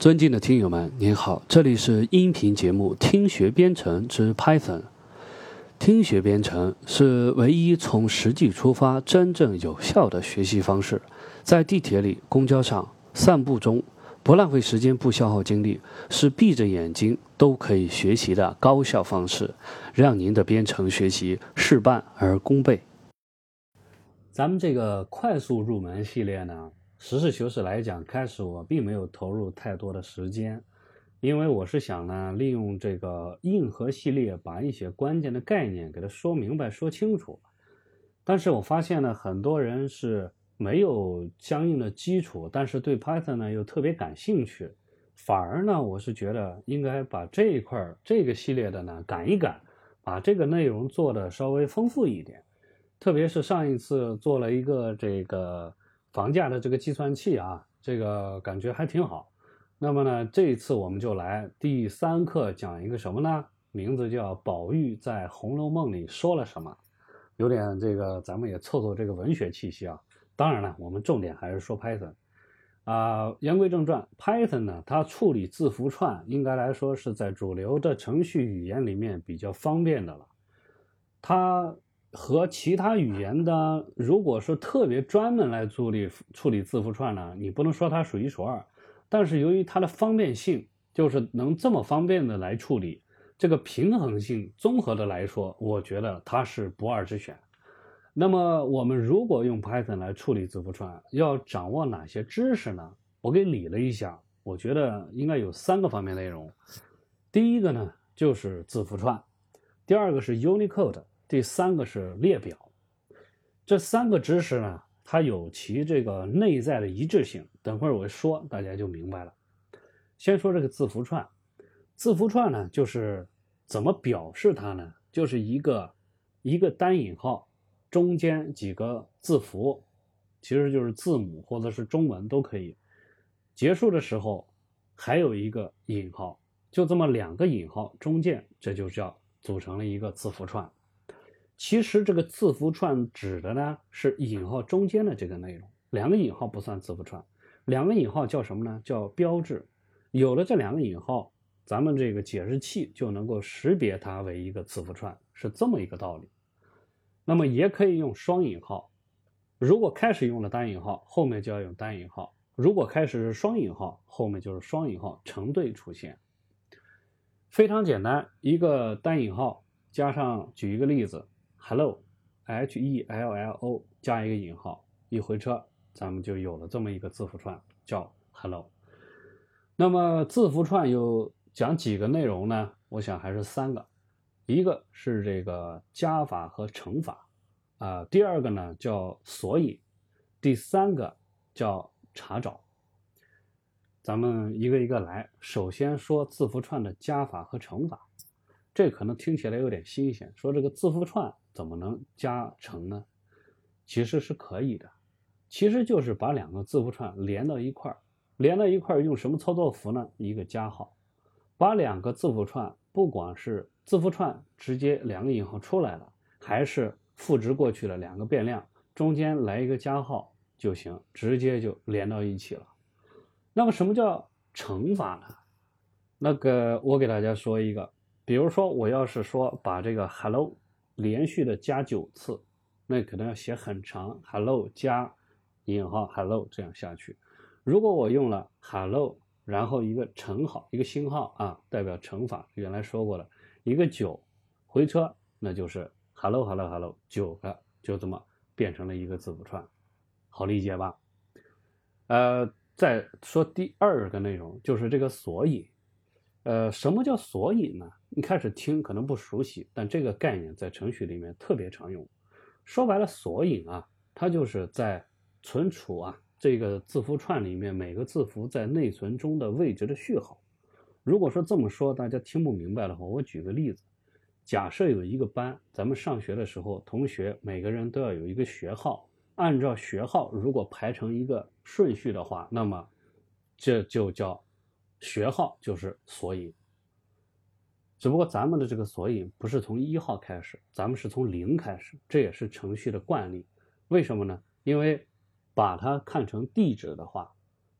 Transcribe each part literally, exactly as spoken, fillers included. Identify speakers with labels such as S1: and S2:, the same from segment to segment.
S1: 尊敬的听友们，您好，这里是音频节目《听学编程之 Python》。听学编程是唯一从实际出发、真正有效的学习方式。在地铁里、公交上、散步中，不浪费时间、不消耗精力，是闭着眼睛都可以学习的高效方式，让您的编程学习事半而功倍。咱们这个快速入门系列呢，实事求是来讲，开始我并没有投入太多的时间，因为我是想呢，利用这个硬核系列把一些关键的概念给它说明白、说清楚。但是我发现呢，很多人是没有相应的基础，但是对 Python 呢又特别感兴趣，反而呢，我是觉得应该把这一块这个系列的呢赶一赶，把这个内容做的稍微丰富一点。特别是上一次做了一个这个房价的这个计算器啊，这个感觉还挺好。那么呢，这一次我们就来第三课讲一个什么呢？名字叫宝玉在《红楼梦》里说了什么，有点这个咱们也凑凑这个文学气息啊。当然了，我们重点还是说 Python 啊、呃。言归正传 ，Python 呢，它处理字符串应该来说是在主流的程序语言里面比较方便的了。它和其他语言的，如果说特别专门来处理处理字符串呢，你不能说它数一数二，但是由于它的方便性，就是能这么方便的来处理，这个平衡性综合的来说，我觉得它是不二之选。那么我们如果用 Python 来处理字符串，要掌握哪些知识呢？我给理了一下，我觉得应该有三个方面内容。第一个呢，就是字符串；第二个是 Unicode。第三个是列表。这三个知识呢，它有其这个内在的一致性，等会儿我说大家就明白了。先说这个字符串，字符串呢就是怎么表示它呢？就是一个一个单引号中间几个字符，其实就是字母或者是中文都可以，结束的时候还有一个引号，就这么两个引号中间，这就叫组成了一个字符串。其实这个字符串指的呢是引号中间的这个内容，两个引号不算字符串，两个引号叫什么呢？叫标志。有了这两个引号，咱们这个解释器就能够识别它为一个字符串，是这么一个道理。那么也可以用双引号，如果开始用了单引号，后面就要用单引号；如果开始是双引号，后面就是双引号成对出现。非常简单，一个单引号加上，举一个例子Hello H E L L O 加一个引号，一回车，咱们就有了这么一个字符串，叫 Hello。那么字符串有讲几个内容呢？我想还是三个，一个是这个加法和乘法啊、呃，第二个呢叫索引，第三个叫查找。咱们一个一个来，首先说字符串的加法和乘法。这可能听起来有点新鲜，说这个字符串怎么能加乘呢？其实是可以的，其实就是把两个字符串连到一块儿，连到一块儿用什么操作符呢？一个加号，把两个字符串，不管是字符串直接两个引号出来了，还是赋值过去了两个变量，中间来一个加号就行，直接就连到一起了。那么什么叫乘法呢？那个我给大家说一个。比如说我要是说把这个 hello 连续的加九次，那可能要写很长 hello 加引号 hello 这样下去。如果我用了 hello 然后一个乘号一个星号啊，代表乘法，原来说过了，一个九回车，那就是 hello hello hello 九个，就这么变成了一个字符串，好理解吧？呃，再说第二个内容，就是这个索引。呃，什么叫索引呢？一开始听可能不熟悉，但这个概念在程序里面特别常用。说白了，索引啊，它就是在存储啊这个字符串里面每个字符在内存中的位置的序号。如果说这么说大家听不明白的话，我举个例子，假设有一个班，咱们上学的时候，同学每个人都要有一个学号，按照学号如果排成一个顺序的话，那么这就叫学号，就是索引。只不过咱们的这个索引不是从一号开始，咱们是从零开始，这也是程序的惯例。为什么呢？因为把它看成地址的话，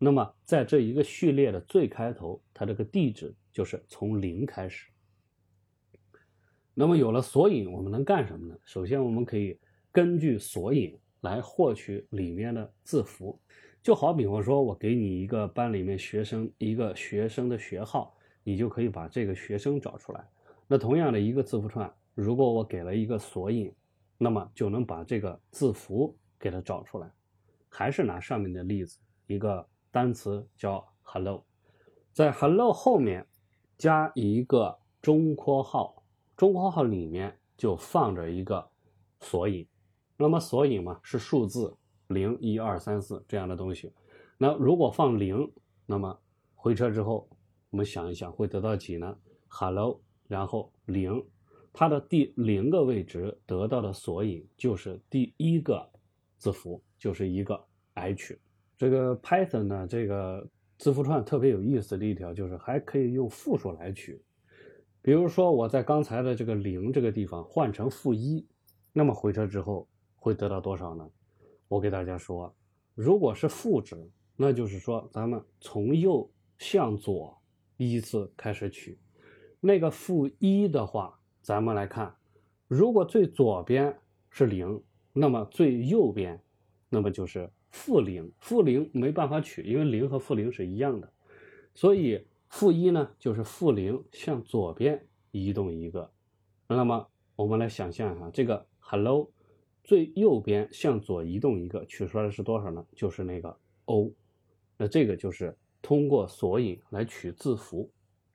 S1: 那么在这一个序列的最开头，它这个地址就是从零开始。那么有了索引，我们能干什么呢？首先我们可以根据索引来获取里面的字符。就好比方说我给你一个班里面学生一个学生的学号，你就可以把这个学生找出来。那同样的一个字符串，如果我给了一个索引，那么就能把这个字符给它找出来。还是拿上面的例子，一个单词叫 hello， 在 hello 后面加一个中括号，中括号里面就放着一个索引。那么索引嘛，是数字零一二三四这样的东西。那如果放零，那么回车之后我们想一想会得到几呢？ hello 然后零，它的第零个位置得到的索引就是第一个字符，就是一个 H。 这个 Python 呢，这个字符串特别有意思的一条就是还可以用复数来取。比如说我在刚才的这个零这个地方换成负一，那么回车之后会得到多少呢？我给大家说，如果是负值，那就是说咱们从右向左依次开始取。那个负一的话，咱们来看，如果最左边是零，那么最右边那么就是负零。负零没办法取，因为零和负零是一样的，所以负一呢就是负零向左边移动一个。那么我们来想象一下，这个 hello 最右边向左移动一个，取出来的是多少呢？就是那个 O。 那这个就是通过索引来取字符。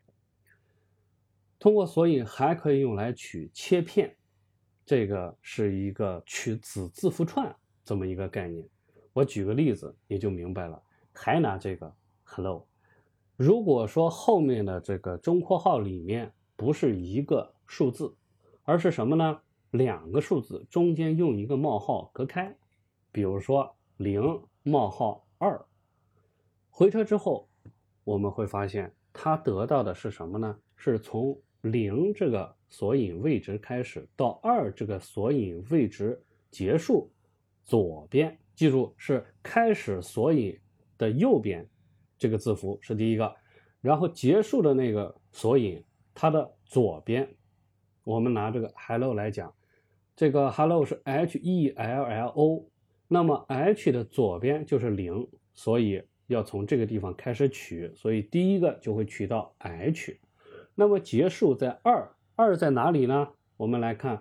S1: 通过索引还可以用来取切片，这个是一个取子字符串这么一个概念。我举个例子你就明白了。还拿这个 hello， 如果说后面的这个中括号里面不是一个数字，而是什么呢？两个数字中间用一个冒号隔开，比如说零冒号二，回车之后我们会发现它得到的是什么呢？是从零这个索引位置开始到二这个索引位置结束，左边记住是开始索引的右边这个字符是第一个，然后结束的那个索引它的左边。我们拿这个 hello 来讲，这个 hello 是 H E L L O， 那么 H 的左边就是零，所以要从这个地方开始取，所以第一个就会取到 H。 那么结束在二，二在哪里呢？我们来看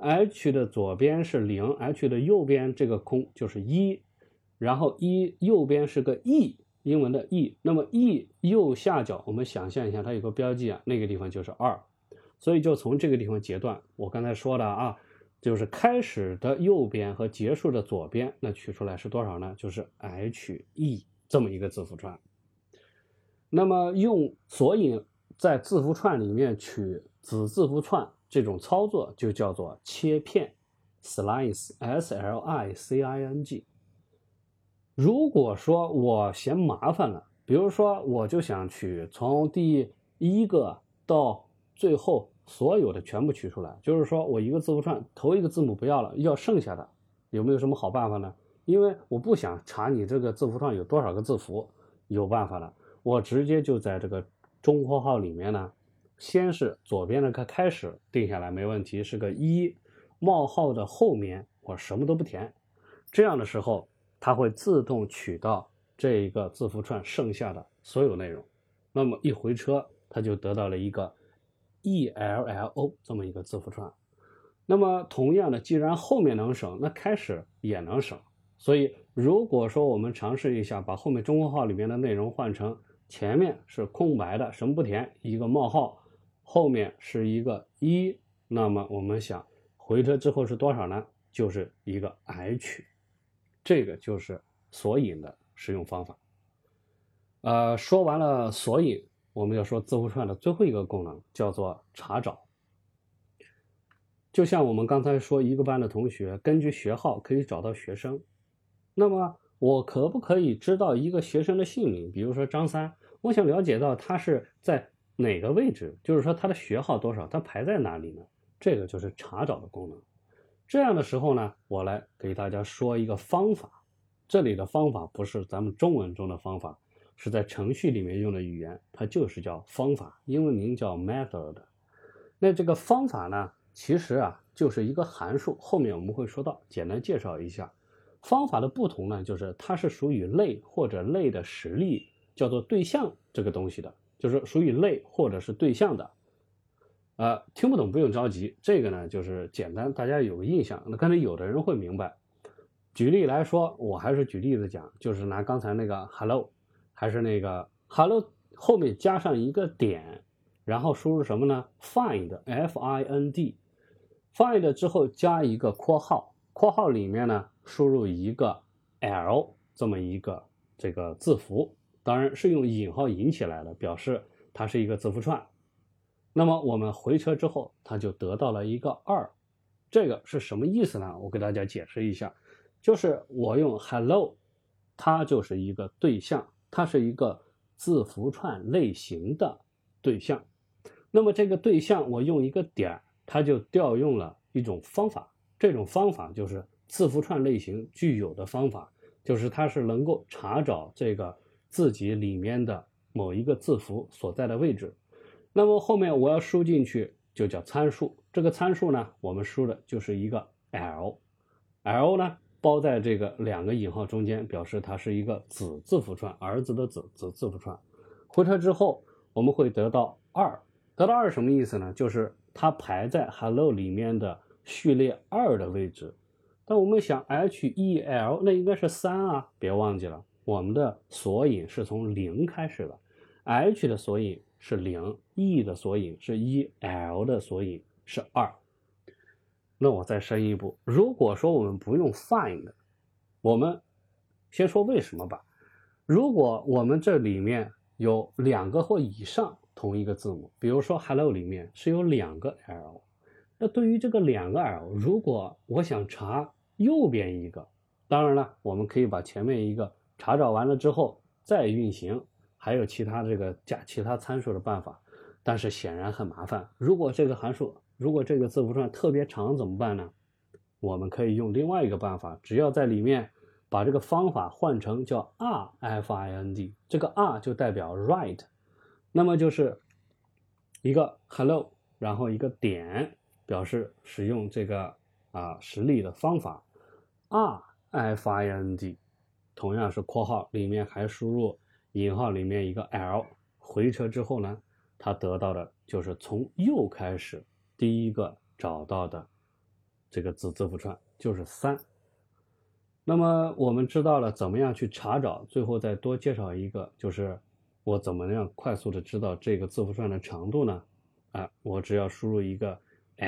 S1: H 的左边是零， H 的右边这个空就是一，然后一右边是个 E， 英文的 E， 那么 E 右下角我们想象一下它有个标记啊，那个地方就是二，所以就从这个地方截断。我刚才说的啊，就是开始的右边和结束的左边，那取出来是多少呢？就是 H E 这么一个字符串。那么用索引在字符串里面取子字符串这种操作就叫做切片 slice S L I C I N G。 如果说我嫌麻烦了，比如说我就想取从第一个到最后所有的全部取出来，就是说我一个字符串头一个字母不要了，要剩下的，有没有什么好办法呢？因为我不想查你这个字符串有多少个字符，有办法了，我直接就在这个中括号里面呢，先是左边的个开始定下来没问题，是个一，冒号的后面我什么都不填，这样的时候它会自动取到这一个字符串剩下的所有内容。那么一回车它就得到了一个 E L L O 这么一个字符串。那么同样的，既然后面能省，那开始也能省。所以如果说我们尝试一下把后面中括号里面的内容换成前面是空白的，什么不填，一个冒号，后面是一个一，那么我们想回车之后是多少呢？就是一个 H。 这个就是索引的使用方法。呃，说完了索引，我们要说字符串的最后一个功能叫做查找。就像我们刚才说一个班的同学根据学号可以找到学生，那么我可不可以知道一个学生的姓名？比如说张三，我想了解到他是在哪个位置，就是说他的学号多少，他排在哪里呢？这个就是查找的功能。这样的时候呢，我来给大家说一个方法。这里的方法不是咱们中文中的方法， 是在程序里面用的语言，它就是叫方法，英文名叫 method。那这个方法呢，其实啊就是一个函数，后面我们会说到，简单介绍一下。方法的不同呢，就是它是属于类或者类的实例，叫做对象这个东西的，就是属于类或者是对象的。呃，听不懂不用着急，这个呢就是简单，大家有个印象，那可能有的人会明白。举例来说，我还是举例子讲，就是拿刚才那个 hello， 还是那个 hello 后面加上一个点，然后输入什么呢 ？find f i n d find 之后加一个括号，括号里面呢输入一个 l 这么一个这个字符，当然是用引号引起来的，表示它是一个字符串。那么我们回车之后，它就得到了一个二，这个是什么意思呢？我给大家解释一下，就是我用 hello， 它就是一个对象，它是一个字符串类型的对象。那么这个对象我用一个点，它就调用了一种方法，这种方法就是字符串类型具有的方法，就是它是能够查找这个字集里面的某一个字符所在的位置。那么后面我要输进去就叫参数，这个参数呢，我们输的就是一个 l， l 呢包在这个两个引号中间，表示它是一个子字符串，儿子的子，子字符串。回车之后我们会得到二，得到二什么意思呢？就是它排在 hello 里面的序列二的位置。但我们想 h e l 那应该是三啊，别忘记了我们的索引是从零开始的， h 的索引是零， e 的索引是一， l 的索引是二。那我再深一步，如果说我们不用 find， 我们先说为什么吧。如果我们这里面有两个或以上同一个字母，比如说 hello 里面是有两个 l， 那对于这个两个 l， 如果我想查右边一个，当然了，我们可以把前面一个查找完了之后再运行，还有其他这个加其他参数的办法，但是显然很麻烦。如果这个函数，如果这个字符串特别长怎么办呢？我们可以用另外一个办法，只要在里面把这个方法换成叫 r，find， 这个 r 就代表 write， 那么就是一个 hello， 然后一个点，表示使用这个啊实例的方法 r，find， 同样是括号里面还输入引号里面一个 l， 回车之后呢，它得到的就是从右开始第一个找到的这个子字符串就是三。那么我们知道了怎么样去查找，最后再多介绍一个，就是我怎么样快速的知道这个字符串的长度呢？啊，我只要输入一个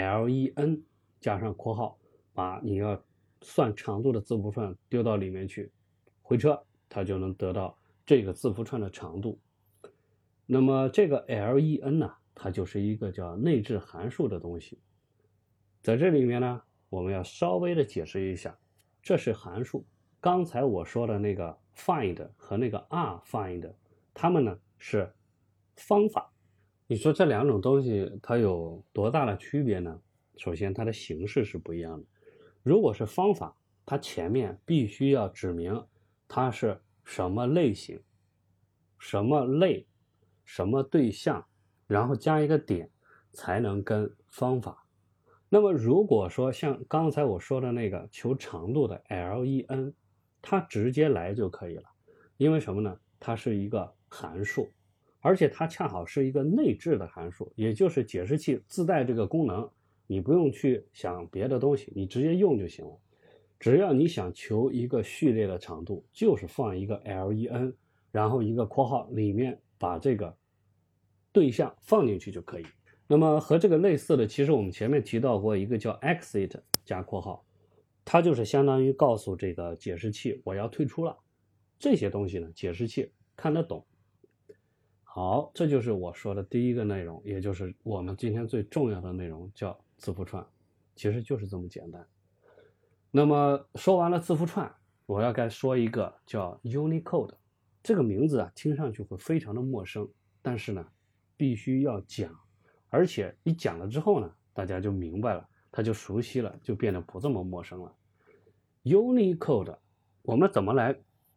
S1: len 加上括号，把你要算长度的字符串丢到里面去，回车它就能得到这个字符串的长度。那么这个 len 呢，它就是一个叫内置函数的东西。在这里面呢，我们要稍微的解释一下，这是函数。刚才我说的那个 find 和那个 rfind， 它们呢是方法。你说这两种东西它有多大的区别呢？首先它的形式是不一样的。如果是方法，它前面必须要指明它是什么类型，什么类，什么对象，然后加一个点才能跟方法。那么如果说像刚才我说的那个求长度的 len， 它直接来就可以了。因为什么呢？它是一个函数，而且它恰好是一个内置的函数，也就是解释器自带这个功能，你不用去想别的东西，你直接用就行了。只要你想求一个序列的长度，就是放一个 len， 然后一个括号里面把这个对象放进去就可以。那么和这个类似的，其实我们前面提到过一个叫 exit 加括号，它就是相当于告诉这个解释器我要退出了。这些东西呢，解释器看得懂。好，这就是我说的第一个内容，也就是我们今天最重要的内容，叫字符串，其实就是这么简单。那么说完了字符串，我要该说一个叫 Unicode。 这个名字啊，听上去会非常的陌生，但是呢必须要讲，而且你讲了之后呢，大家就明白了，他就熟悉了，就变得不这么陌生了。Unicode 我们怎么来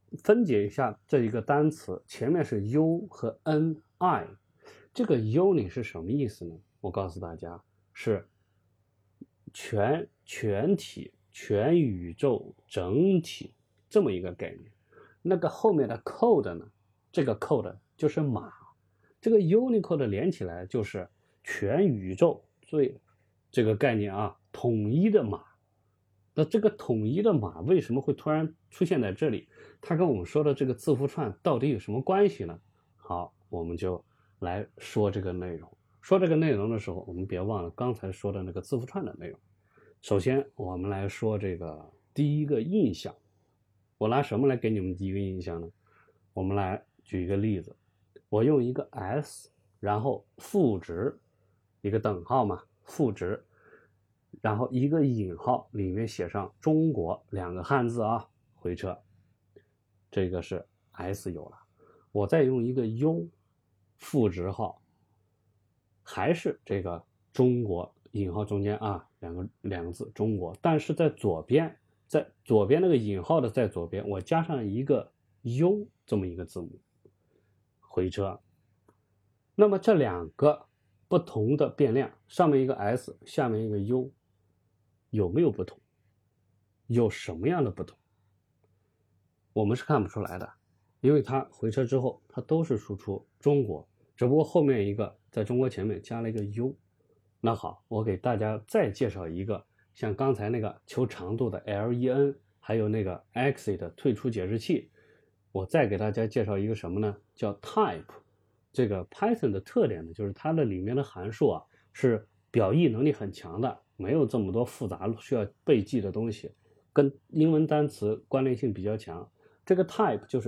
S1: 分解一下这一个单词，前面是 u 和 ni， 这个 u 你是什么意思呢？我告诉大家，是全全体、全宇宙整体这么一个概念。那个后面的 code 呢？这个 code 就是码，这个 Unicode 连起来就是全宇宙最这个概念啊，统一的码。那这个统一的码为什么会突然出现在这里？它跟我们说的这个字符串到底有什么关系呢？好，我们就来说这个内容。说这个内容的时候，我们别忘了刚才说的那个字符串的内容。首先，我们来说这个第一个印象。我拿什么来给你们第一个印象呢？我们来举一个例子，我用一个 S， 然后负值一个等号嘛，负值，然后一个引号里面写上中国两个汉字啊，回车，这个是 S 有了。我再用一个 U 负值号，还是这个中国引号中间啊两个两个字中国，但是在左边，在左边那个引号的在左边，我加上一个 U 这么一个字母，回车。那么这两个不同的变量，上面一个 S， 下面一个 U， 有没有不同？有什么样的不同？我们是看不出来的，因为它回车之后，它都是输出中国，只不过后面一个在中国前面加了一个 U。那好，我给大家再介绍一个，像刚才那个求长度的 len， 还有那个 exit 退出解释器，我再给大家介绍一个什么呢？叫 type。这个 Python 的特点呢，就是它的里面的函数啊是表意能力很强的，没有这么多复杂需要背记的东西，跟英文单词关联性比较强。这个 type 就是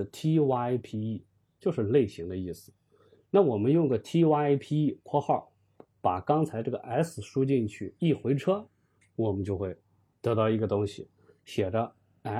S1: type， 就是类型的意思。那我们用个 type 括号，把刚才这个 S 输进去，一回车，我们就会得到一个东西，写着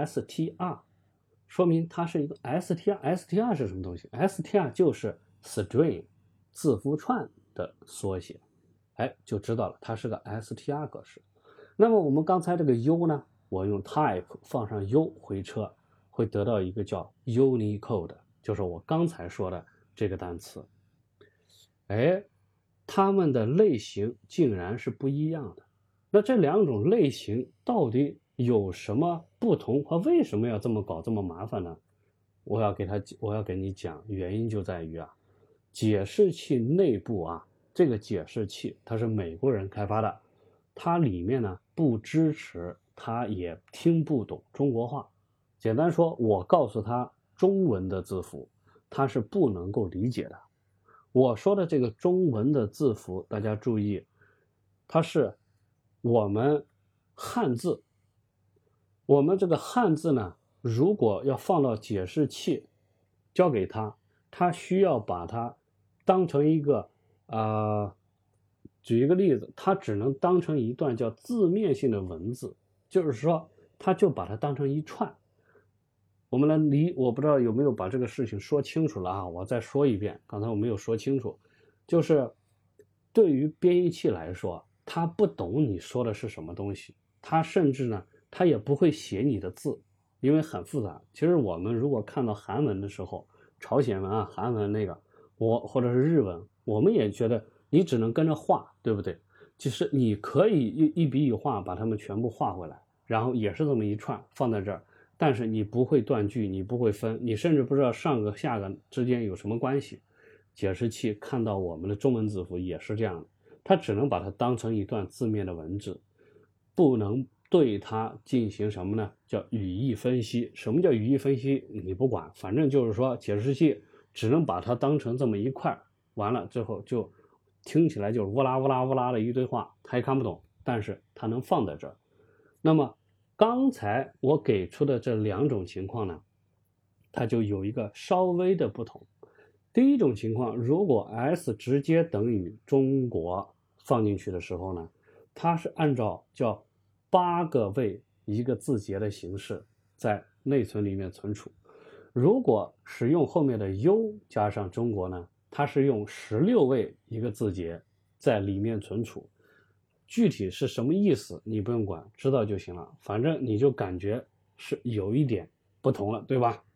S1: str， 说明它是一个 str。str 是什么东西？ str 就是 string 字符串的缩写，哎，就知道了，它是个 str 格式。那么我们刚才这个 U 呢，我用 type 放上 U 回车，会得到一个叫 Unicode， 就是我刚才说的这个单词。哎，它们的类型竟然是不一样的。那这两种类型到底有什么不同和为什么要这么搞这么麻烦呢？我要给他我要给你讲，原因就在于啊，解释器内部啊，这个解释器它是美国人开发的，它里面呢不支持，它也听不懂中国话。简单说，我告诉他中文的字符，它是不能够理解的。我说的这个中文的字符，大家注意，它是我们汉字。我们这个汉字呢，如果要放到解释器交给他，他需要把它当成一个呃，举一个例子，它只能当成一段叫字面性的文字，就是说他就把它当成一串。我们来理，我不知道有没有把这个事情说清楚了啊？我再说一遍，刚才我没有说清楚，就是对于编译器来说，他不懂你说的是什么东西，他甚至呢，他也不会写你的字，因为很复杂。其实我们如果看到韩文的时候，朝鲜文啊、韩文那个，我或者是日文，我们也觉得你只能跟着画，对不对？其实你可以一一笔一画把它们全部画回来，然后也是这么一串放在这儿。但是你不会断句，你不会分，你甚至不知道上个下个之间有什么关系。解释器看到我们的中文字符也是这样的，它只能把它当成一段字面的文字，不能对它进行什么呢？叫语义分析。什么叫语义分析？你不管，反正就是说解释器只能把它当成这么一块，完了之后就听起来就是乌拉乌拉乌拉的一堆话，它也看不懂，但是它能放在这儿。那么刚才我给出的这两种情况呢，它就有一个稍微的不同。第一种情况，如果 S 直接等于中国放进去的时候呢，它是按照叫八个位一个字节的形式在内存里面存储。如果使用后面的 U 加上中国呢，它是用十六位一个字节在里面存储。具体是什么意思你不用管，知道就行了，反正你就感觉是有一点不同了，对吧？好。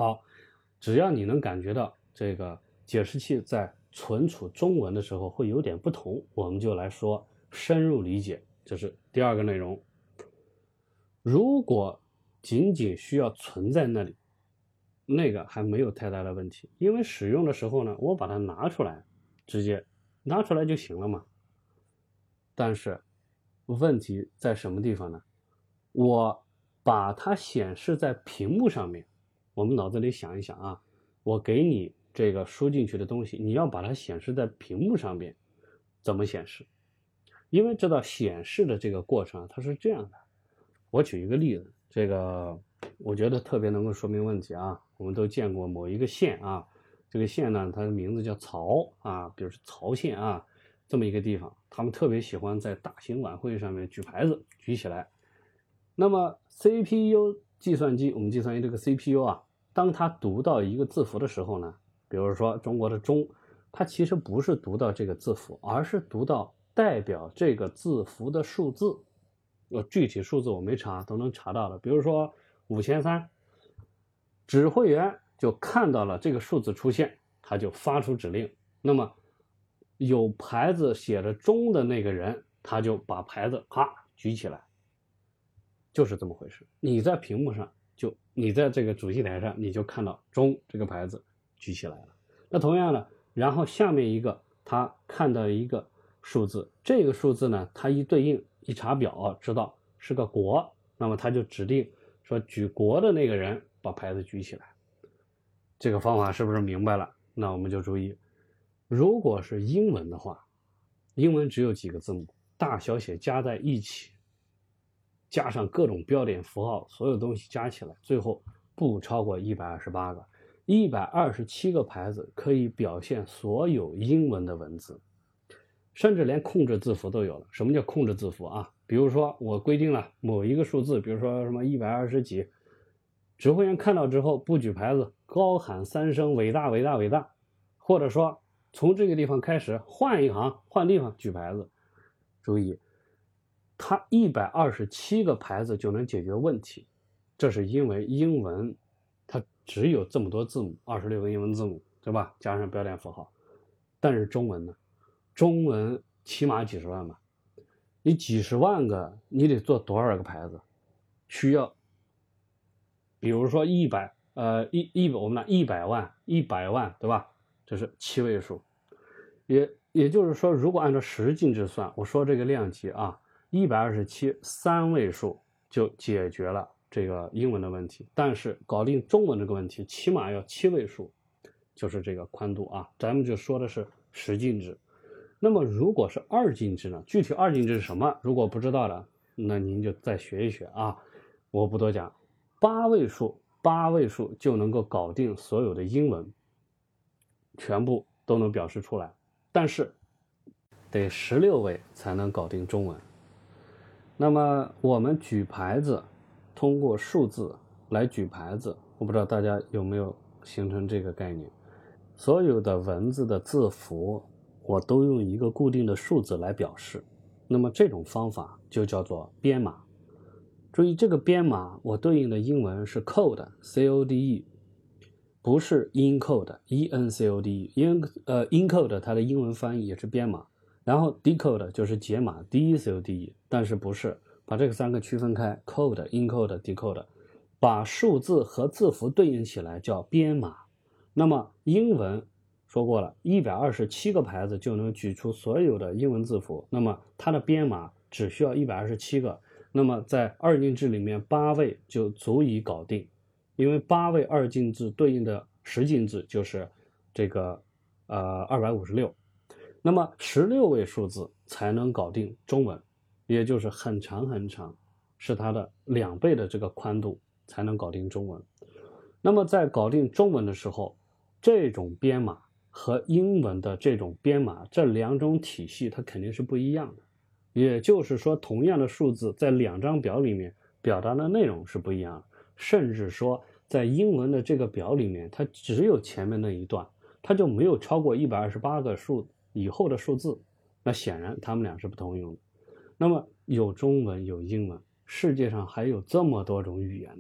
S1: 好，只要你能感觉到这个解释器在存储中文的时候会有点不同，我们就来说深入理解，这是第二个内容。如果仅仅需要存在那里，那个还没有太大的问题，因为使用的时候呢，我把它拿出来，直接拿出来就行了嘛。但是问题在什么地方呢？我把它显示在屏幕上面，我们脑子里想一想啊，我给你这个输进去的东西，你要把它显示在屏幕上面，怎么显示？因为知道显示的这个过程它是这样的。我举一个例子，这个我觉得特别能够说明问题啊。我们都见过某一个县啊，这个县呢，它的名字叫曹啊，比如说曹县啊，这么一个地方，他们特别喜欢在大型晚会上面举牌子，举起来。那么 C P U 计算机，我们计算机这个 C P U 啊，当它读到一个字符的时候呢，比如说中国的中，它其实不是读到这个字符，而是读到代表这个字符的数字。呃，具体数字我没查，都能查到了。比如说五千三，指挥员就看到了这个数字出现，他就发出指令。那么有牌子写着中的那个人，他就把牌子咔举起来，就是这么回事。你在屏幕上，就你在这个主席台上，你就看到中这个牌子举起来了。那同样的，然后下面一个他看到一个数字，这个数字呢，它一对应一查表知道是个国，那么他就指定说举国的那个人把牌子举起来。这个方法是不是明白了？那我们就注意，如果是英文的话，英文只有几个字母，大小写加在一起，加上各种标点符号，所有东西加起来，最后不超过一百二十八个。一百二十七个牌子可以表现所有英文的文字，甚至连控制字符都有了。什么叫控制字符啊？比如说我规定了某一个数字，比如说什么一百二十几，指挥员看到之后不举牌子，高喊三声伟大伟大伟大，或者说从这个地方开始换一行换地方举牌子。注意，它一百二十七个牌子就能解决问题，这是因为英文它只有这么多字母，二十六个英文字母，对吧？加上标点符号。但是中文呢？中文起码几十万吧，你几十万个，你得做多少个牌子？需要，比如说一百，呃，一一我们拿一百万，一百万，对吧？这是七位数，也也就是说，如果按照十进制算，我说这个量级啊，一百二十七三位数就解决了这个英文的问题，但是搞定中文这个问题，起码要七位数，就是这个宽度啊。咱们就说的是十进制。那么如果是二进制呢？具体二进制是什么？如果不知道的，那您就再学一学啊，我不多讲。八位数，八位数就能够搞定所有的英文，全部都能表示出来。但是得十六位才能搞定中文。那么我们举牌子，通过数字来举牌子，我不知道大家有没有形成这个概念。所有的文字的字符我都用一个固定的数字来表示，那么这种方法就叫做编码。注意，这个编码我对应的英文是 code C O D E， 不是 encode E N C O D E， 因为呃 encode 它的英文翻译也是编码，然后 decode 就是解码 D E C O D E， 但是不是，把这个三个区分开， code encode decode， 把数字和字符对应起来叫编码。那么英文说过了，一百二十七个牌子就能举出所有的英文字符，那么它的编码只需要一百二十七个，那么在二进制里面八位就足以搞定，因为八位二进制对应的十进制就是这个呃二百五十六，那么十六位数字才能搞定中文，也就是很长很长，是它的两倍的这个宽度才能搞定中文。那么在搞定中文的时候，这种编码和英文的这种编码，这两种体系它肯定是不一样的。也就是说，同样的数字在两张表里面表达的内容是不一样的，甚至说在英文的这个表里面，它只有前面那一段，它就没有超过一百二十八个数以后的数字，那显然它们俩是不通用的。那么有中文有英文，世界上还有这么多种语言呢、啊，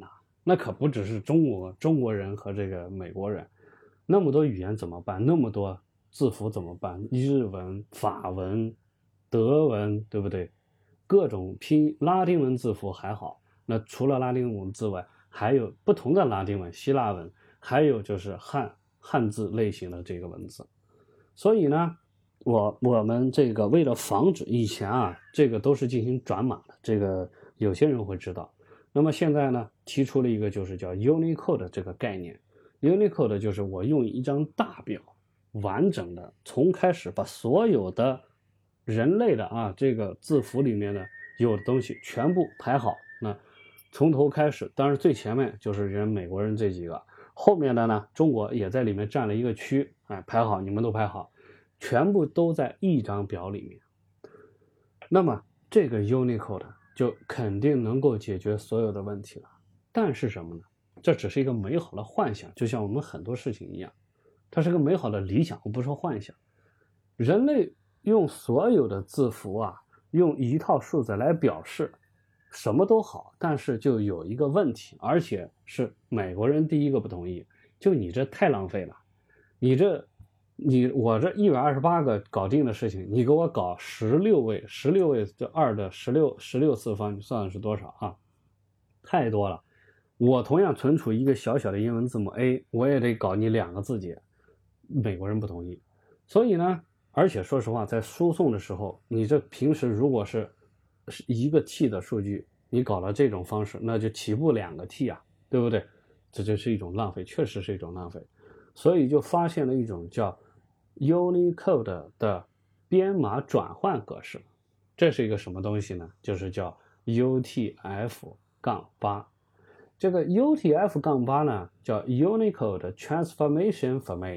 S1: 那可不只是中国中国人和这个美国人，那么多语言怎么办？那么多字符怎么办？日文、法文、德文，对不对？各种拼拉丁文字符还好，那除了拉丁文之外，还有不同的拉丁文、希腊文，还有就是汉汉字类型的这个文字。所以呢，我我们这个为了防止以前啊，这个都是进行转码的，这个有些人会知道。那么现在呢，提出了一个就是叫 Unicode 这个概念。Unicode 就是我用一张大表，完整的从开始把所有的人类的啊这个字符里面的有的东西全部排好。那从头开始，当然最前面就是人美国人这几个，后面的呢，中国也在里面占了一个区，哎，排好，你们都排好，全部都在一张表里面。那么这个 Unicode 就肯定能够解决所有的问题了。但是什么呢？这只是一个美好的幻想，就像我们很多事情一样，它是个美好的理想，我不说幻想。人类用所有的字符啊，用一套数字来表示，什么都好，但是就有一个问题，而且是美国人第一个不同意，就你这太浪费了，你这你我这一百二十八个搞定的事情，你给我搞十六位，十六位就二的十六十六次方，你算的是多少啊？太多了。我同样存储一个小小的英文字母 A， 我也得搞你两个字节，美国人不同意。所以呢，而且说实话，在输送的时候，你这平时如果是一个 T 的数据，你搞了这种方式，那就起步两个 T 啊，对不对？这就是一种浪费，确实是一种浪费。所以就发现了一种叫 Unicode 的编码转换格式。这是一个什么东西呢？就是叫 U T F 八。这个 U T F 八 呢，叫 Unicode Transformation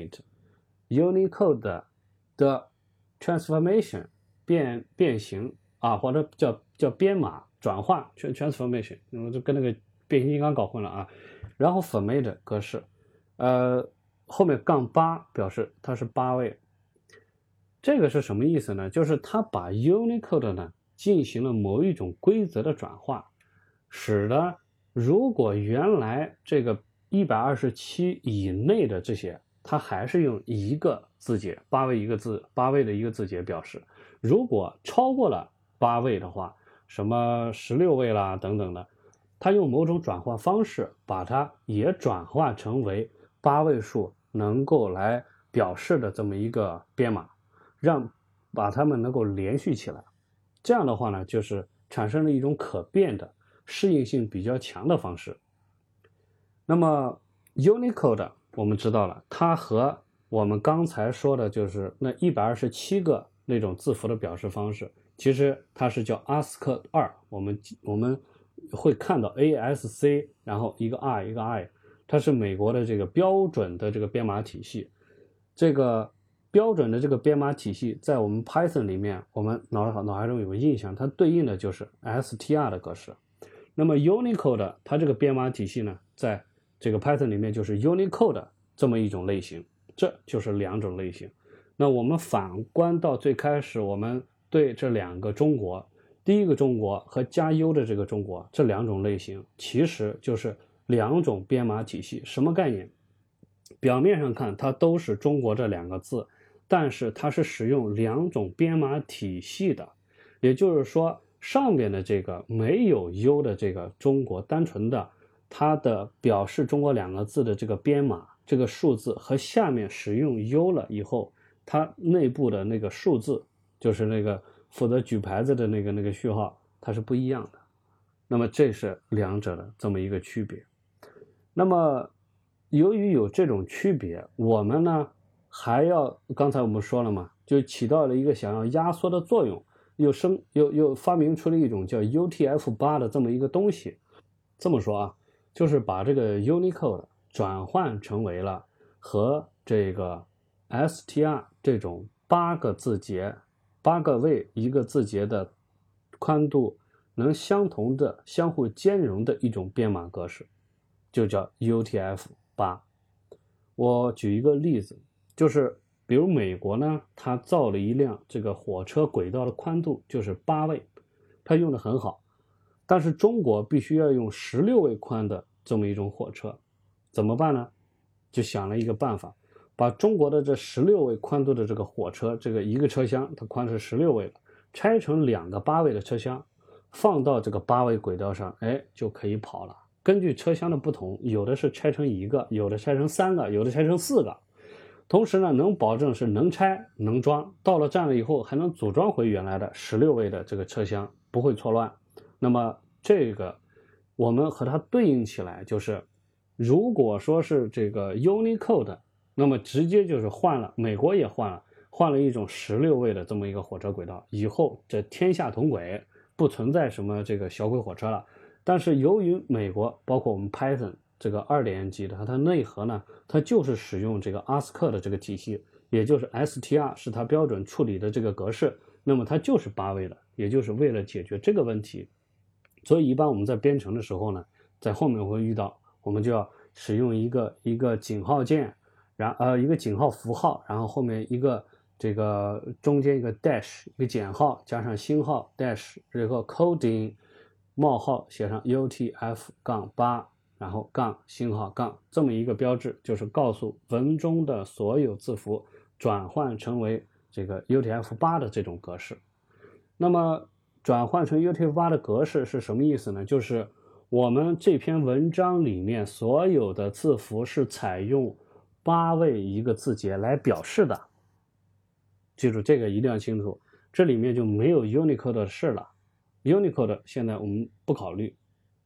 S1: Format。Unicode 的 Transformation 变变形啊，或者叫叫编码转换 Transformation， 我就跟那个变形金刚搞混了啊。然后 Format 格式，呃，后面杠八表示它是八位。这个是什么意思呢？就是它把 Unicode 呢进行了某一种规则的转化，使得如果原来这个一百二十七以内的这些，它还是用一个字节，八位一个字，八位的一个字节表示。如果超过了八位的话，什么十六位啦等等的，它用某种转换方式把它也转化成为八位数能够来表示的这么一个编码，让把它们能够连续起来。这样的话呢，就是产生了一种可变的适应性比较强的方式。那么 Unicode 我们知道了，它和我们刚才说的就是那一百二十七个那种字符的表示方式，其实它是叫 A S C I I 二，我们我们会看到 A S C， 然后一个 R 一个 I， 它是美国的这个标准的这个编码体系。这个标准的这个编码体系在我们 Python 里面，我们脑脑海中有个印象，它对应的就是 S T R 的格式。那么 Unicode 它这个编码体系呢，在这个 Python 里面就是 Unicode 这么一种类型，这就是两种类型。那我们反观到最开始，我们对这两个中国，第一个中国和加 U 的这个中国，这两种类型其实就是两种编码体系。什么概念？表面上看它都是中国这两个字，但是它是使用两种编码体系的。也就是说，上面的这个没有 U 的这个中国，单纯的它的表示中国两个字的这个编码，这个数字和下面使用 U 了以后，它内部的那个数字，就是那个负责举牌子的那个那个序号，它是不一样的。那么这是两者的这么一个区别。那么由于有这种区别，我们呢还要，刚才我们说了嘛，就起到了一个想要压缩的作用，又生又又发明出了一种叫 U T F 八 的这么一个东西。这么说啊，就是把这个 Unicode 转换成为了和这个 S T R 这种八个字节、八个位一个字节的宽度能相同的、相互兼容的一种编码格式，就叫 U T F 八。我举一个例子，就是比如美国呢，它造了一辆这个火车轨道的宽度就是八位，它用的很好。但是中国必须要用十六位宽的这么一种火车，怎么办呢？就想了一个办法，把中国的这十六位宽度的这个火车，这个一个车厢它宽是十六位的，拆成两个八位的车厢，放到这个八位轨道上，哎，就可以跑了。根据车厢的不同，有的是拆成一个，有的拆成三个，有的拆成四个。同时呢，能保证是能拆能装，到了站了以后还能组装回原来的十六位的这个车厢，不会错乱。那么这个我们和它对应起来，就是如果说是这个 Unicode， 那么直接就是换了，美国也换了，换了一种十六位的这么一个火车轨道，以后这天下同轨，不存在什么这个小轨火车了。但是由于美国包括我们 Python 这个二点级的，它内核呢，它就是使用这个 A S C I I 的这个体系，也就是 S T R 是它标准处理的这个格式，那么它就是八位的，也就是为了解决这个问题。所以一般我们在编程的时候呢，在后面会遇到，我们就要使用一个一个井号键，然呃一个井号符号，然后后面一个这个中间一个 dash 一个减号加上星号 dash 这个 coding 冒号写上 U T F 杠八，然后杠星号杠这么一个标志，就是告诉文中的所有字符转换成为这个 U T F 八 的这种格式。那么转换成 U T F 八 的格式是什么意思呢？就是我们这篇文章里面所有的字符是采用八位一个字节来表示的。记住这个一定要清楚，这里面就没有 Unicode 的事了。Unicode 现在我们不考虑，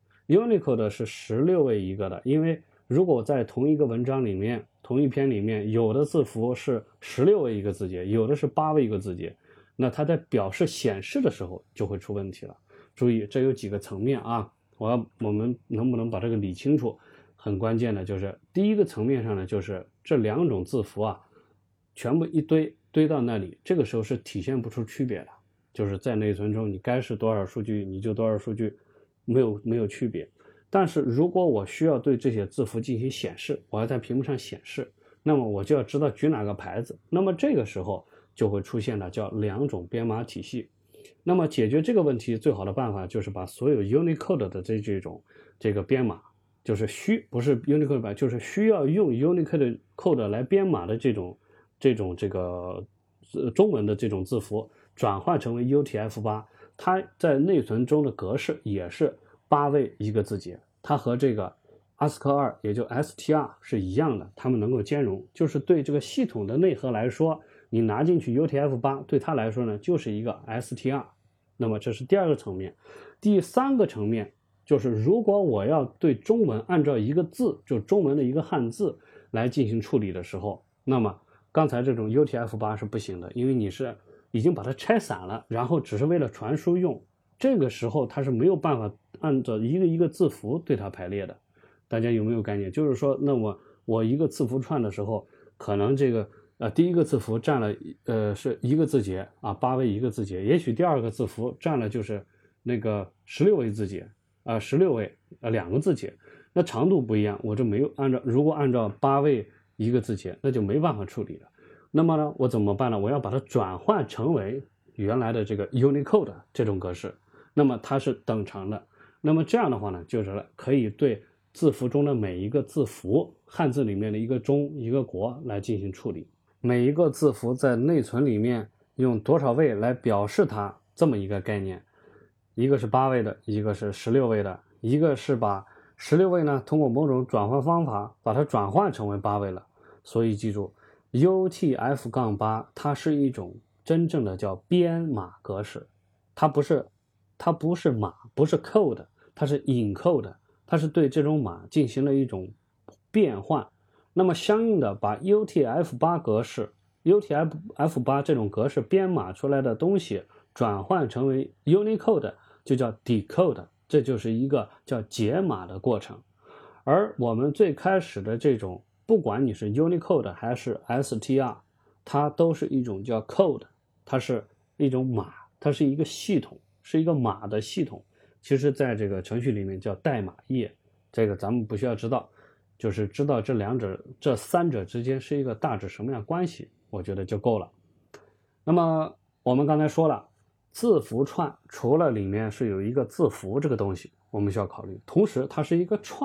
S1: Unicode 是十六位一个的，因为如果在同一个文章里面，同一篇里面有的字符是十六位一个字节，有的是八位一个字节，那它在表示显示的时候就会出问题了。注意这有几个层面啊，我要我们能不能把这个理清楚，很关键的就是第一个层面上呢，就是这两种字符啊全部一堆堆到那里，这个时候是体现不出区别的，就是在内存中你该是多少数据你就多少数据，没有没有区别。但是如果我需要对这些字符进行显示，我要在屏幕上显示，那么我就要知道举哪个牌子，那么这个时候就会出现了叫两种编码体系。那么解决这个问题最好的办法就是把所有 Unicode 的这这种这个编码，就是需不是 Unicode 版，就是需要用 Unicode code 来编码的这种这种这个、呃、中文的这种字符转换成为 U T F 八， 它在内存中的格式也是八位一个字节，它和这个 A S C I I 二也就 S T R 是一样的，它们能够兼容，就是对这个系统的内核来说，你拿进去 U T F 八 对它来说呢就是一个 S T R。 那么这是第二个层面。第三个层面就是如果我要对中文按照一个字，就中文的一个汉字来进行处理的时候，那么刚才这种 U T F 八 是不行的，因为你是已经把它拆散了，然后只是为了传输用，这个时候它是没有办法按照一个一个字符对它排列的。大家有没有概念？就是说那么我一个字符串的时候，可能这个呃第一个字符占了呃是一个字节啊，八位一个字节，也许第二个字符占了就是那个十六位字节啊、呃，十六位呃两个字节，那长度不一样，我这没有按照，如果按照八位一个字节，那就没办法处理了。那么呢，我怎么办呢？我要把它转换成为原来的这个 Unicode 这种格式，那么它是等长的。那么这样的话呢，就是可以对字符中的每一个字符，汉字里面的一个中一个国来进行处理。每一个字符在内存里面用多少位来表示它，这么一个概念。一个是八位的，一个是十六位的，一个是把十六位呢通过某种转换方法把它转换成为八位了。所以记住 U T F 八 它是一种真正的叫编码格式，它不是它不是码，不是 code， 它是 encode， 它是对这种码进行了一种变换。那么相应的把 U T F 八 格式 U T F 八 这种格式编码出来的东西转换成为 Unicode 就叫 decode， 这就是一个叫解码的过程。而我们最开始的这种不管你是 Unicode 还是 S T R， 它都是一种叫 code， 它是一种码，它是一个系统，是一个码的系统。其实在这个程序里面叫代码页，这个咱们不需要知道，就是知道这两者这三者之间是一个大致什么样关系，我觉得就够了。那么我们刚才说了，字符串除了里面是有一个字符这个东西我们需要考虑，同时它是一个串，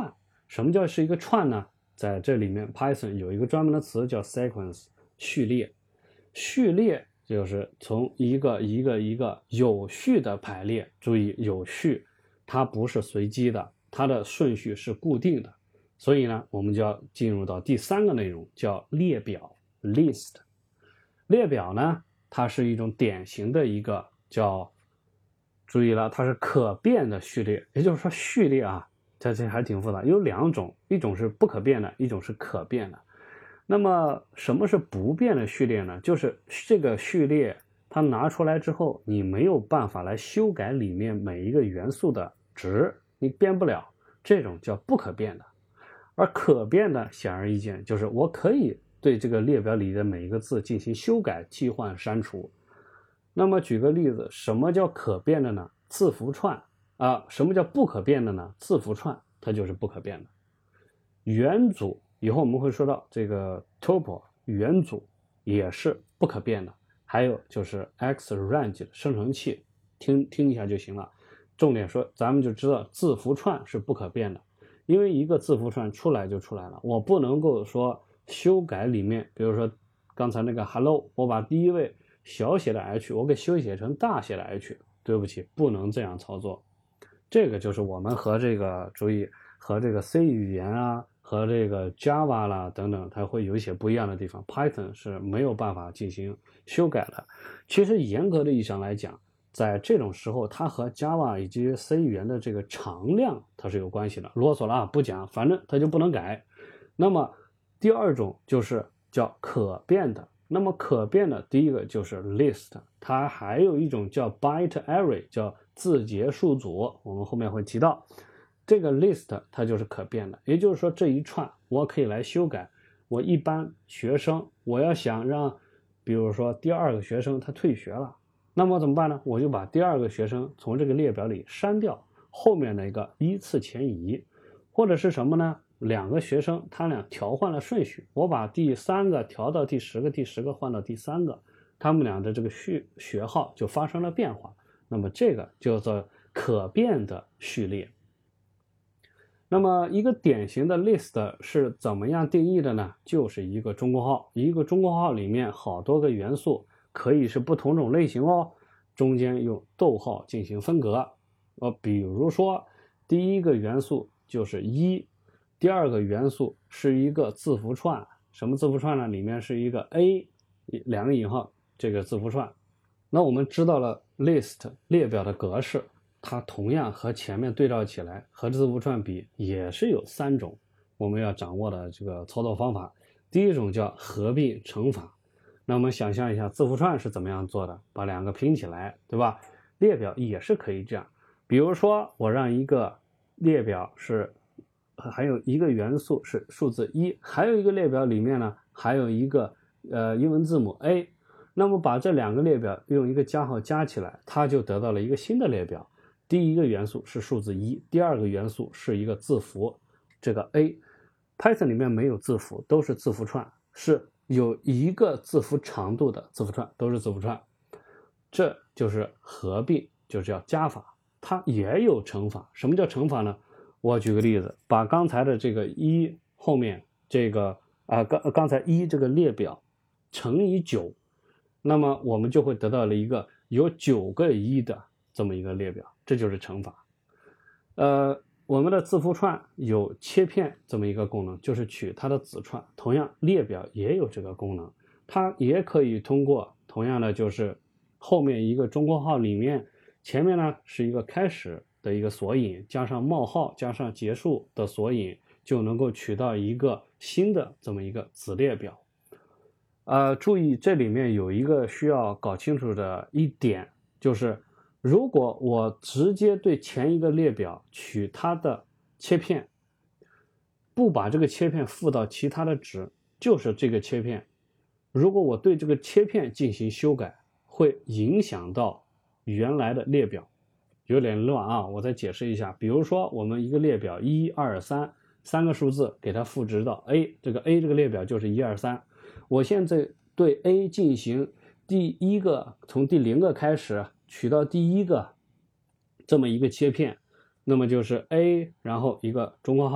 S1: 什么叫是一个串呢？在这里面 Python 有一个专门的词叫 sequence， 序列。序列就是从一个一个一个有序的排列，注意有序，它不是随机的，它的顺序是固定的。所以呢，我们就要进入到第三个内容，叫列表 list。 列表呢，它是一种典型的一个叫，注意了，它是可变的序列。也就是说序列啊，这这还挺复杂，有两种，一种是不可变的，一种是可变的。那么什么是不变的序列呢？就是这个序列它拿出来之后，你没有办法来修改里面每一个元素的值，你变不了，这种叫不可变的。而可变的显而易见，就是我可以对这个列表里的每一个字进行修改、替换、删除。那么举个例子，什么叫可变的呢？字符串啊，什么叫不可变的呢？字符串它就是不可变的。元组以后我们会说到这个 tuple 元组也是不可变的。还有就是 Xrange 的生成器，听听一下就行了。重点说，咱们就知道字符串是不可变的，因为一个字符串出来就出来了，我不能够说修改里面，比如说刚才那个 hello， 我把第一位小写的 h 我给修写成大写的 h， 对不起，不能这样操作。这个就是我们和这个注意和这个 C 语言啊和这个 Java 啦等等，它会有一些不一样的地方。 Python 是没有办法进行修改的。其实严格的意义上来讲，在这种时候它和 Java 以及 C 语言的这个常量它是有关系的。啰嗦了啊，不讲，反正它就不能改。那么第二种就是叫可变的。那么可变的第一个就是 list， 它还有一种叫 byte array， 叫字节数组，我们后面会提到。这个 list 它就是可变的，也就是说这一串我可以来修改。我一般学生我要想让比如说第二个学生他退学了，那么怎么办呢？我就把第二个学生从这个列表里删掉，后面的一个依次前移。或者是什么呢？两个学生他俩调换了顺序，我把第三个调到第十个，第十个换到第三个，他们俩的这个序学号就发生了变化。那么这个叫做可变的序列。那么一个典型的 list 是怎么样定义的呢？就是一个中括号，一个中括号里面好多个元素，可以是不同种类型哦，中间用逗号进行分隔。呃，比如说第一个元素就是一，第二个元素是一个字符串，什么字符串呢？里面是一个 a 两个引号这个字符串。那我们知道了 list 列表的格式，它同样和前面对照起来和字符串比也是有三种我们要掌握的这个操作方法。第一种叫合并乘法。那我们想象一下字符串是怎么样做的，把两个拼起来，对吧？列表也是可以这样。比如说我让一个列表是还有一个元素是数字一，还有一个列表里面呢还有一个呃英文字母 A， 那么把这两个列表用一个加号加起来，它就得到了一个新的列表。第一个元素是数字一，第二个元素是一个字符，这个 A。 Python 里面没有字符，都是字符串，是有一个字符长度的字符串，都是字符串。这就是合并，就叫加法。它也有乘法。什么叫乘法呢？我举个例子，把刚才的这个一后面这个啊刚刚才一这个列表乘以九，那么我们就会得到了一个有九个一的这么一个列表，这就是乘法。呃，我们的字符串有切片这么一个功能，就是取它的子串。同样，列表也有这个功能，它也可以通过同样的就是后面一个中括号里面，前面呢是一个开始的一个索引，加上冒号，加上结束的索引，就能够取到一个新的这么一个子列表。呃，注意这里面有一个需要搞清楚的一点，就是如果我直接对前一个列表取它的切片，不把这个切片附到其他的值，就是这个切片，如果我对这个切片进行修改，会影响到原来的列表，有点乱啊，我再解释一下。比如说我们一个列表一二三，三个数字给它赋值到 A， 这个 A 这个列表就是一二三，我现在对 A 进行第一个从第零个开始取到第一个这么一个切片，那么就是 A 然后一个中括号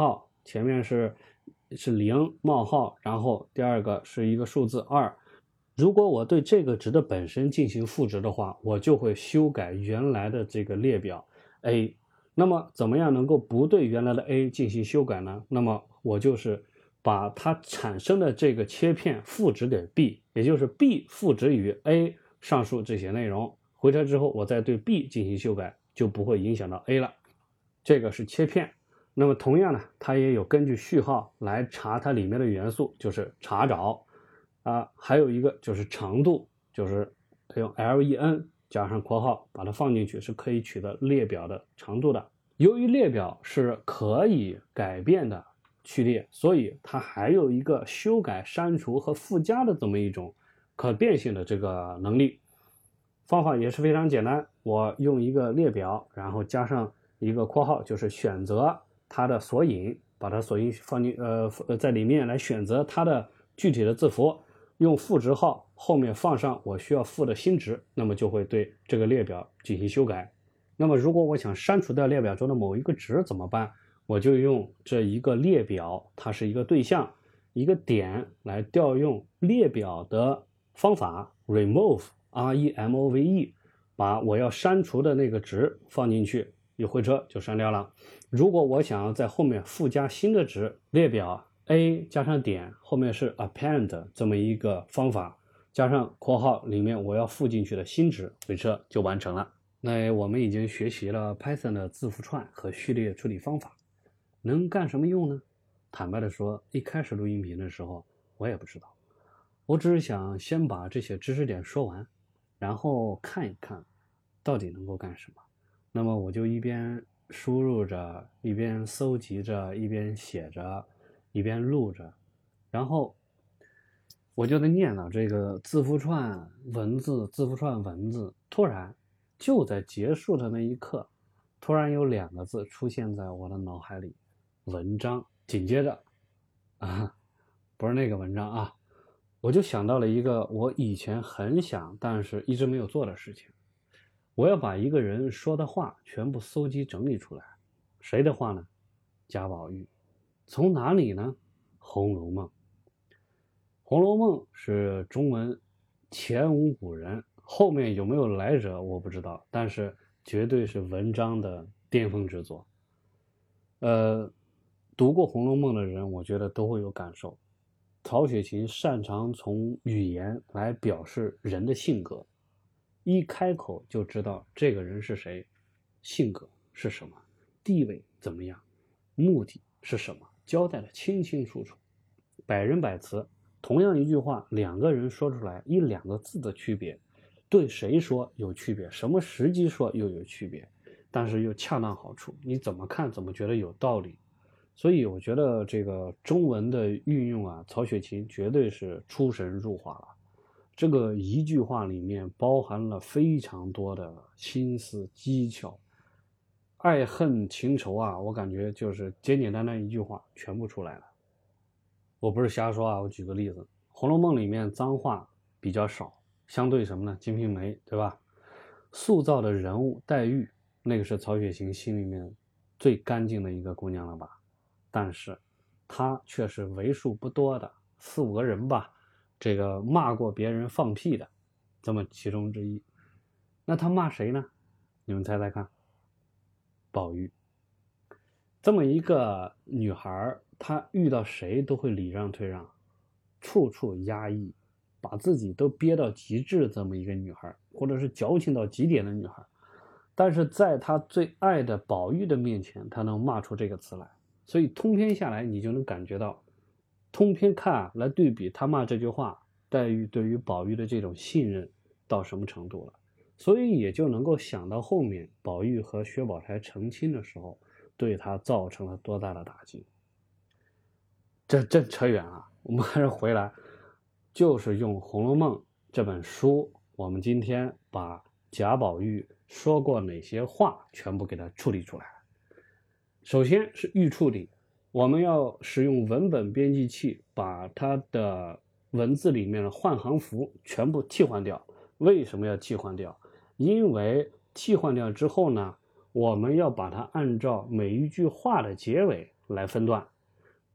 S1: 前面是是零冒号，然后第二个是一个数字二。如果我对这个值的本身进行赋值的话，我就会修改原来的这个列表 A。那么怎么样能够不对原来的 A 进行修改呢？那么我就是把它产生的这个切片赋值给 B， 也就是 B 赋值于 A 上述这些内容，回车之后我再对 B 进行修改，就不会影响到 A 了。这个是切片。那么同样呢，它也有根据序号来查它里面的元素，就是查找啊，还有一个就是长度，就是用 len 加上括号把它放进去，是可以取得列表的长度的。由于列表是可以改变的序列，所以它还有一个修改、删除和附加的这么一种可变性的这个能力。方法也是非常简单，我用一个列表，然后加上一个括号，就是选择它的索引，把它索引放进呃在里面来选择它的具体的字符，用赋值号后面放上我需要赋的新值，那么就会对这个列表进行修改。那么如果我想删除掉列表中的某一个值怎么办？我就用这一个列表，它是一个对象，一个点来调用列表的方法 remove R E M O V E， 把我要删除的那个值放进去，一回车就删掉了。如果我想要在后面附加新的值，列表 A 加上点，后面是 append 这么一个方法，加上括号里面我要附进去的新值，回车就完成了。那我们已经学习了 Python 的字符串和序列处理方法，能干什么用呢？坦白的说，一开始录音频的时候我也不知道，我只是想先把这些知识点说完，然后看一看到底能够干什么。那么我就一边输入着，一边搜集着，一边写着，一边录着，然后我就在念叨这个字符串文字，字符串文字。突然就在结束的那一刻，突然有两个字出现在我的脑海里，文章。紧接着啊，不是那个文章啊，我就想到了一个我以前很想但是一直没有做的事情。我要把一个人说的话全部搜集整理出来。谁的话呢？贾宝玉。从哪里呢？红楼梦。红楼梦是中文前无古人，后面有没有来者我不知道，但是绝对是文章的巅峰之作。呃，读过红楼梦的人我觉得都会有感受。曹雪芹擅长从语言来表示人的性格，一开口就知道这个人是谁，性格是什么，地位怎么样，目的是什么，交代的清清楚楚。百人百词，同样一句话，两个人说出来，一两个字的区别，对谁说有区别，什么时机说又有区别，但是又恰当好处，你怎么看怎么觉得有道理。所以我觉得这个中文的运用啊，曹雪芹绝对是出神入化了。这个一句话里面包含了非常多的心思技巧，爱恨情仇啊，我感觉就是简简单单一句话全部出来了。我不是瞎说啊，我举个例子，《红楼梦》里面脏话比较少，相对什么呢？《金瓶梅》，对吧？塑造的人物黛玉，那个是曹雪芹心里面最干净的一个姑娘了吧？但是她却是为数不多的四五个人吧，这个骂过别人放屁的这么其中之一。那她骂谁呢？你们猜猜看。宝玉。这么一个女孩，她遇到谁都会礼让退让，处处压抑，把自己都憋到极致，这么一个女孩，或者是矫情到极点的女孩，但是在她最爱的宝玉的面前，她能骂出这个词来。所以通篇下来你就能感觉到，通篇看来对比他骂这句话，黛玉对于宝玉的这种信任到什么程度了，所以也就能够想到后面宝玉和薛宝钗成亲的时候对他造成了多大的打击。这这扯远了，我们还是回来，就是用《红楼梦》这本书，我们今天把贾宝玉说过哪些话全部给它处理出来。首先是预处理，我们要使用文本编辑器把它的文字里面的换行符全部替换掉。为什么要替换掉？因为替换掉之后呢，我们要把它按照每一句话的结尾来分段。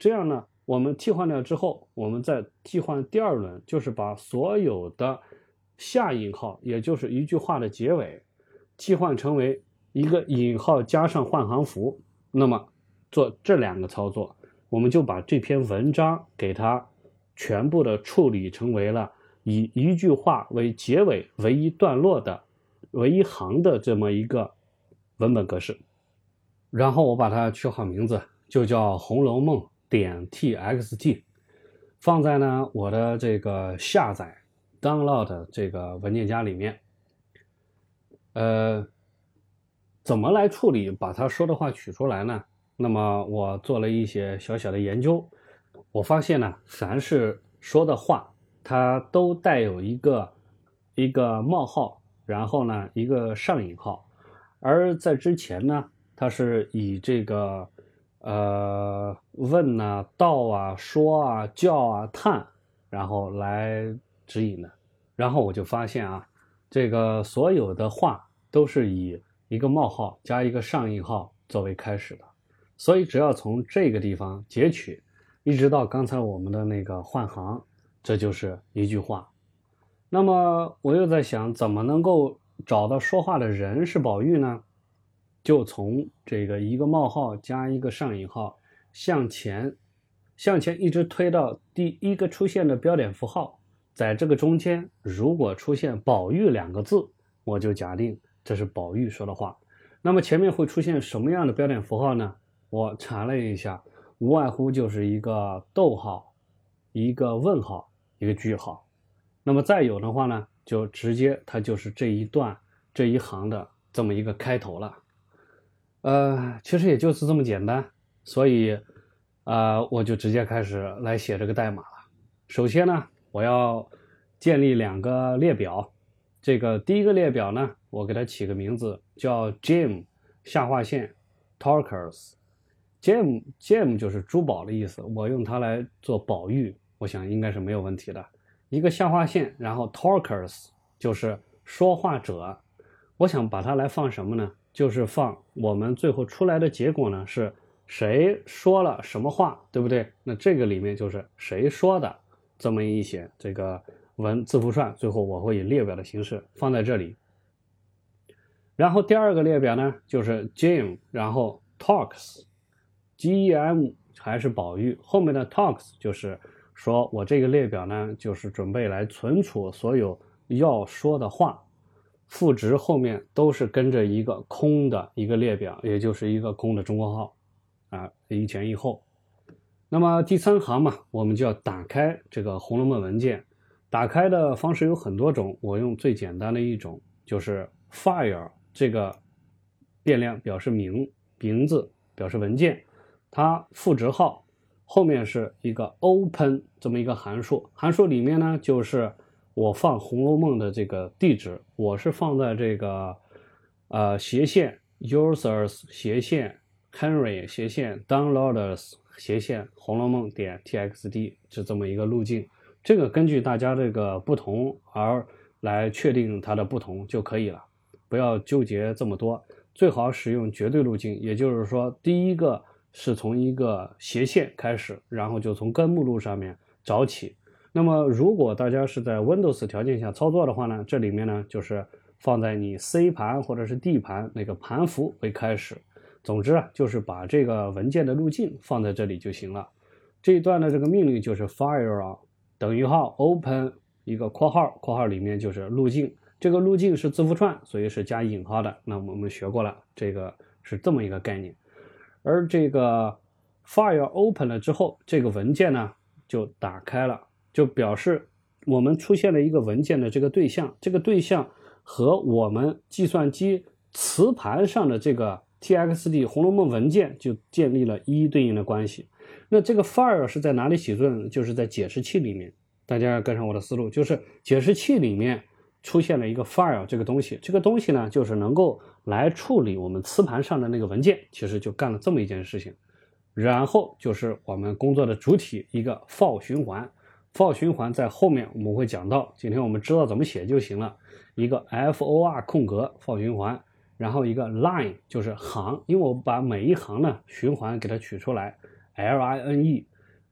S1: 这样呢，我们替换掉之后，我们再替换第二轮，就是把所有的下引号，也就是一句话的结尾，替换成为一个引号加上换行符。那么做这两个操作，我们就把这篇文章给它全部的处理成为了以一句话为结尾为一段落的为一行的这么一个文本格式。然后我把它取好名字，就叫红楼梦点 txt， 放在呢我的这个下载 download 这个文件夹里面。呃，怎么来处理把他说的话取出来呢？那么我做了一些小小的研究，我发现呢，凡是说的话，它都带有一个一个冒号，然后呢一个上引号，而在之前呢，它是以这个呃问啊、道啊、说啊、叫啊、叹，然后来指引的。然后我就发现啊，这个所有的话都是以一个冒号加一个上引号作为开始的，所以只要从这个地方截取，一直到刚才我们的那个换行，这就是一句话。那么我又在想，怎么能够找到说话的人是宝玉呢？就从这个一个冒号加一个上引号向前，向前一直推到第一个出现的标点符号，在这个中间如果出现宝玉两个字，我就假定这是宝玉说的话。那么前面会出现什么样的标点符号呢？我查了一下，无外乎就是一个逗号、一个问号、一个句号。那么再有的话呢，就直接它就是这一段这一行的这么一个开头了。呃，其实也就是这么简单，所以呃，我就直接开始来写这个代码了。首先呢，我要建立两个列表。这个第一个列表呢，我给它起个名字叫 Gem 下划线 Talkers。Gem Gem 就是珠宝的意思，我用它来做宝玉，我想应该是没有问题的。一个下划线，然后 Talkers 就是说话者，我想把它来放什么呢？就是放我们最后出来的结果呢是谁说了什么话，对不对？那这个里面就是谁说的这么一些这个文字符串，最后我会以列表的形式放在这里。然后第二个列表呢就是 Gem 然后 Talks G E M 还是宝玉，后面的 Talks 就是说我这个列表呢就是准备来存储所有要说的话，赋值后面都是跟着一个空的一个列表，也就是一个空的中括号啊，一前一后。那么第三行嘛，我们就要打开这个红楼梦文件。打开的方式有很多种，我用最简单的一种，就是 file 这个变量表示名名字表示文件，它赋值号后面是一个 open 这么一个函数，函数里面呢就是我放红楼梦的这个地址，我是放在这个呃斜线 users 斜线 Henry 斜线 downloaders 斜线红楼梦点 txt 是这么一个路径。这个根据大家这个不同而来确定它的不同就可以了，不要纠结这么多，最好使用绝对路径，也就是说第一个是从一个斜线开始，然后就从根目录上面找起。那么如果大家是在 Windows 条件下操作的话呢，这里面呢就是放在你 C 盘或者是 D 盘那个盘符为开始，总之啊就是把这个文件的路径放在这里就行了。这一段的这个命令就是 file 等于号 open 一个括号，括号里面就是路径，这个路径是字符串，所以是加引号的，那我们学过了，这个是这么一个概念。而这个 file open 了之后，这个文件呢就打开了，就表示我们出现了一个文件的这个对象，这个对象和我们计算机磁盘上的这个 txt 红楼梦文件就建立了一一对应的关系。那这个 file 是在哪里起作用？就是在解释器里面，大家要跟上我的思路，就是解释器里面出现了一个 file 这个东西，这个东西呢就是能够来处理我们磁盘上的那个文件，其实就干了这么一件事情。然后就是我们工作的主体一个 for 循环， for 循环在后面我们会讲到，今天我们知道怎么写就行了，一个 for 空格 for 循环，然后一个 line 就是行，因为我把每一行呢循环给它取出来 line，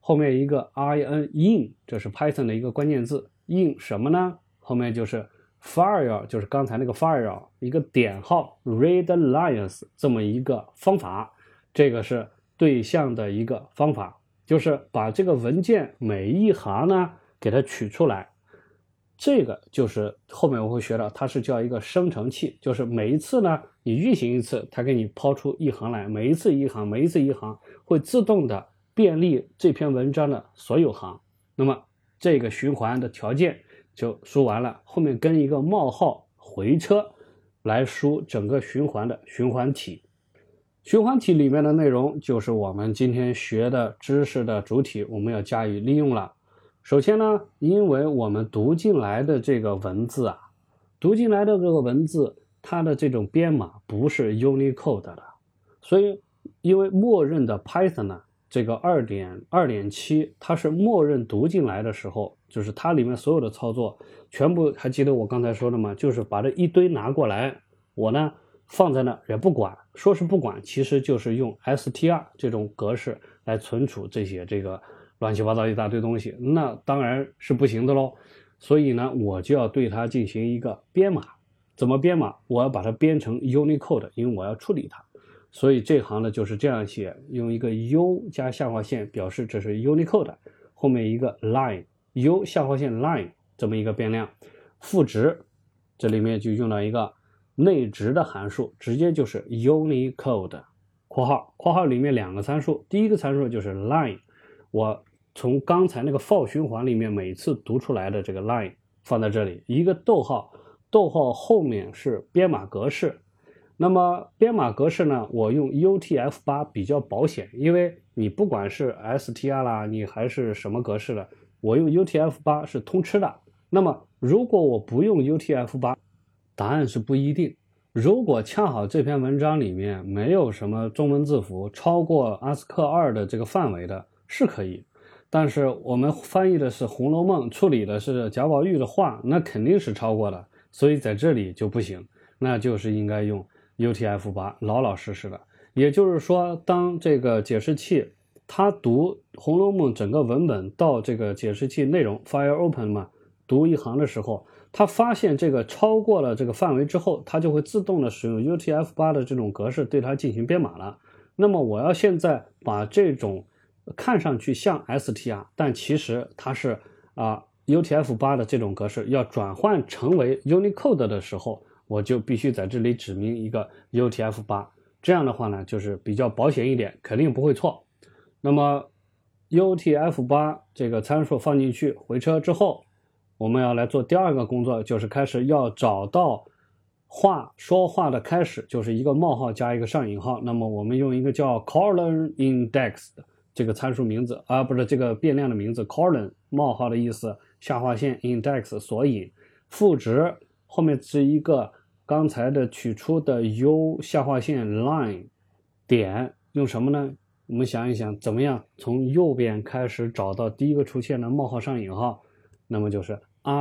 S1: 后面一个 in in， 这是 Python 的一个关键字。in 什么呢？后面就是 file， 就是刚才那个 file 一个点号 read lines 这么一个方法，这个是对象的一个方法，就是把这个文件每一行呢给它取出来。这个就是后面我会学到，它是叫一个生成器，就是每一次呢你运行一次，它给你抛出一行来，每一次一行，每一次一行，会自动的便利这篇文章的所有行。那么这个循环的条件就输完了，后面跟一个冒号回车来输整个循环的循环体。循环体里面的内容就是我们今天学的知识的主体，我们要加以利用了。首先呢，因为我们读进来的这个文字啊，读进来的这个文字，它的这种编码不是 Unicode 的，所以因为默认的 Python 呢，这个 二点二点七 它是默认读进来的时候，就是它里面所有的操作全部，还记得我刚才说的吗？就是把这一堆拿过来，我呢放在那也不管，说是不管，其实就是用 str 这种格式来存储这些这个乱七八糟一大堆东西，那当然是不行的咯。所以呢，我就要对它进行一个编码。怎么编码？我要把它编成 Unicode， 因为我要处理它。所以这行呢就是这样写，用一个 U 加下划线表示这是 Unicode， 后面一个 line U 下划线 line 这么一个变量，赋值这里面就用到一个内值的函数，直接就是 Unicode 括号括号里面两个参数，第一个参数就是 line， 我从刚才那个 for 循环里面每次读出来的这个 line 放在这里，一个逗号，逗号后面是编码格式。那么编码格式呢，我用 U T F 八 比较保险，因为你不管是 str 啦，你还是什么格式的，我用 U T F 八 是通吃的。那么如果我不用 U T F 八， 答案是不一定。如果恰好这篇文章里面没有什么中文字符超过 A S C I I 二的这个范围的，是可以。但是我们翻译的是《红楼梦》，处理的是贾宝玉的画，那肯定是超过的，所以在这里就不行，那就是应该用 U T F 八， 老老实实的。也就是说，当这个解释器它读《红楼梦》整个文本到这个解释器内容 file open 嘛，读一行的时候，它发现这个超过了这个范围之后，它就会自动的使用 U T F 八 的这种格式对它进行编码了。那么我要现在把这种看上去像 str， 但其实它是啊、呃、U T F 八 的这种格式要转换成为 Unicode 的时候，我就必须在这里指明一个 U T F 八， 这样的话呢就是比较保险一点，肯定不会错。那么 U T F 八 这个参数放进去回车之后，我们要来做第二个工作，就是开始要找到话说话的开始，就是一个冒号加一个上引号。那么我们用一个叫 colon index 的这个参数名字啊，不是这个变量的名字 colon 冒号的意思，下划线 index 索引，赋值后面是一个刚才的取出的 u 下划线 line 点，用什么呢？我们想一想怎么样从右边开始找到第一个出现的冒号上引号，那么就是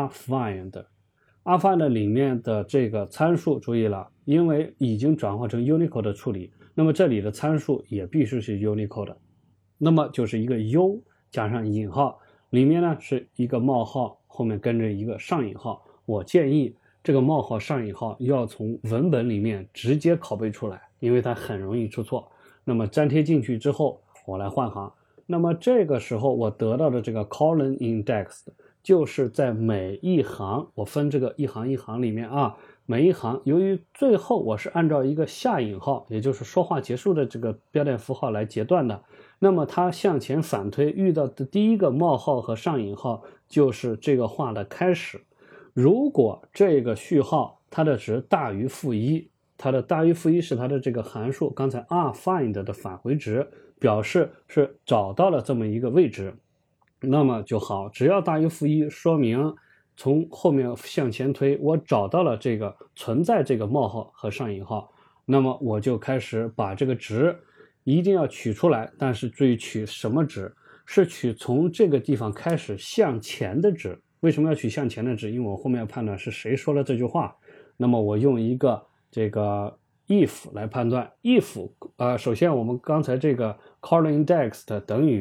S1: rfind rfind 里面的这个参数注意了，因为已经转化成 Unicode 的处理，那么这里的参数也必须是 Unicode， 那么就是一个 u 加上引号，里面呢是一个冒号，后面跟着一个上引号。我建议这个冒号上引号要从文本里面直接拷贝出来，因为它很容易出错。那么粘贴进去之后，我来换行。那么这个时候我得到的这个 colon index 就是在每一行，我分这个一行一行里面啊，每一行由于最后我是按照一个下引号，也就是说话结束的这个标点符号来截断的，那么它向前反推遇到的第一个冒号和上引号就是这个话的开始。如果这个序号它的值大于负一，它的大于负一是它的这个函数刚才 rfind 的返回值，表示是找到了这么一个位置，那么就好，只要大于负一，说明从后面向前推，我找到了这个存在这个冒号和上引号，那么我就开始把这个值一定要取出来，但是注意取什么值？是取从这个地方开始向前的值。为什么要取向前的值？因为我后面要判断是谁说了这句话，那么我用一个这个 if 来判断 if 呃，首先我们刚才这个 colon index 等于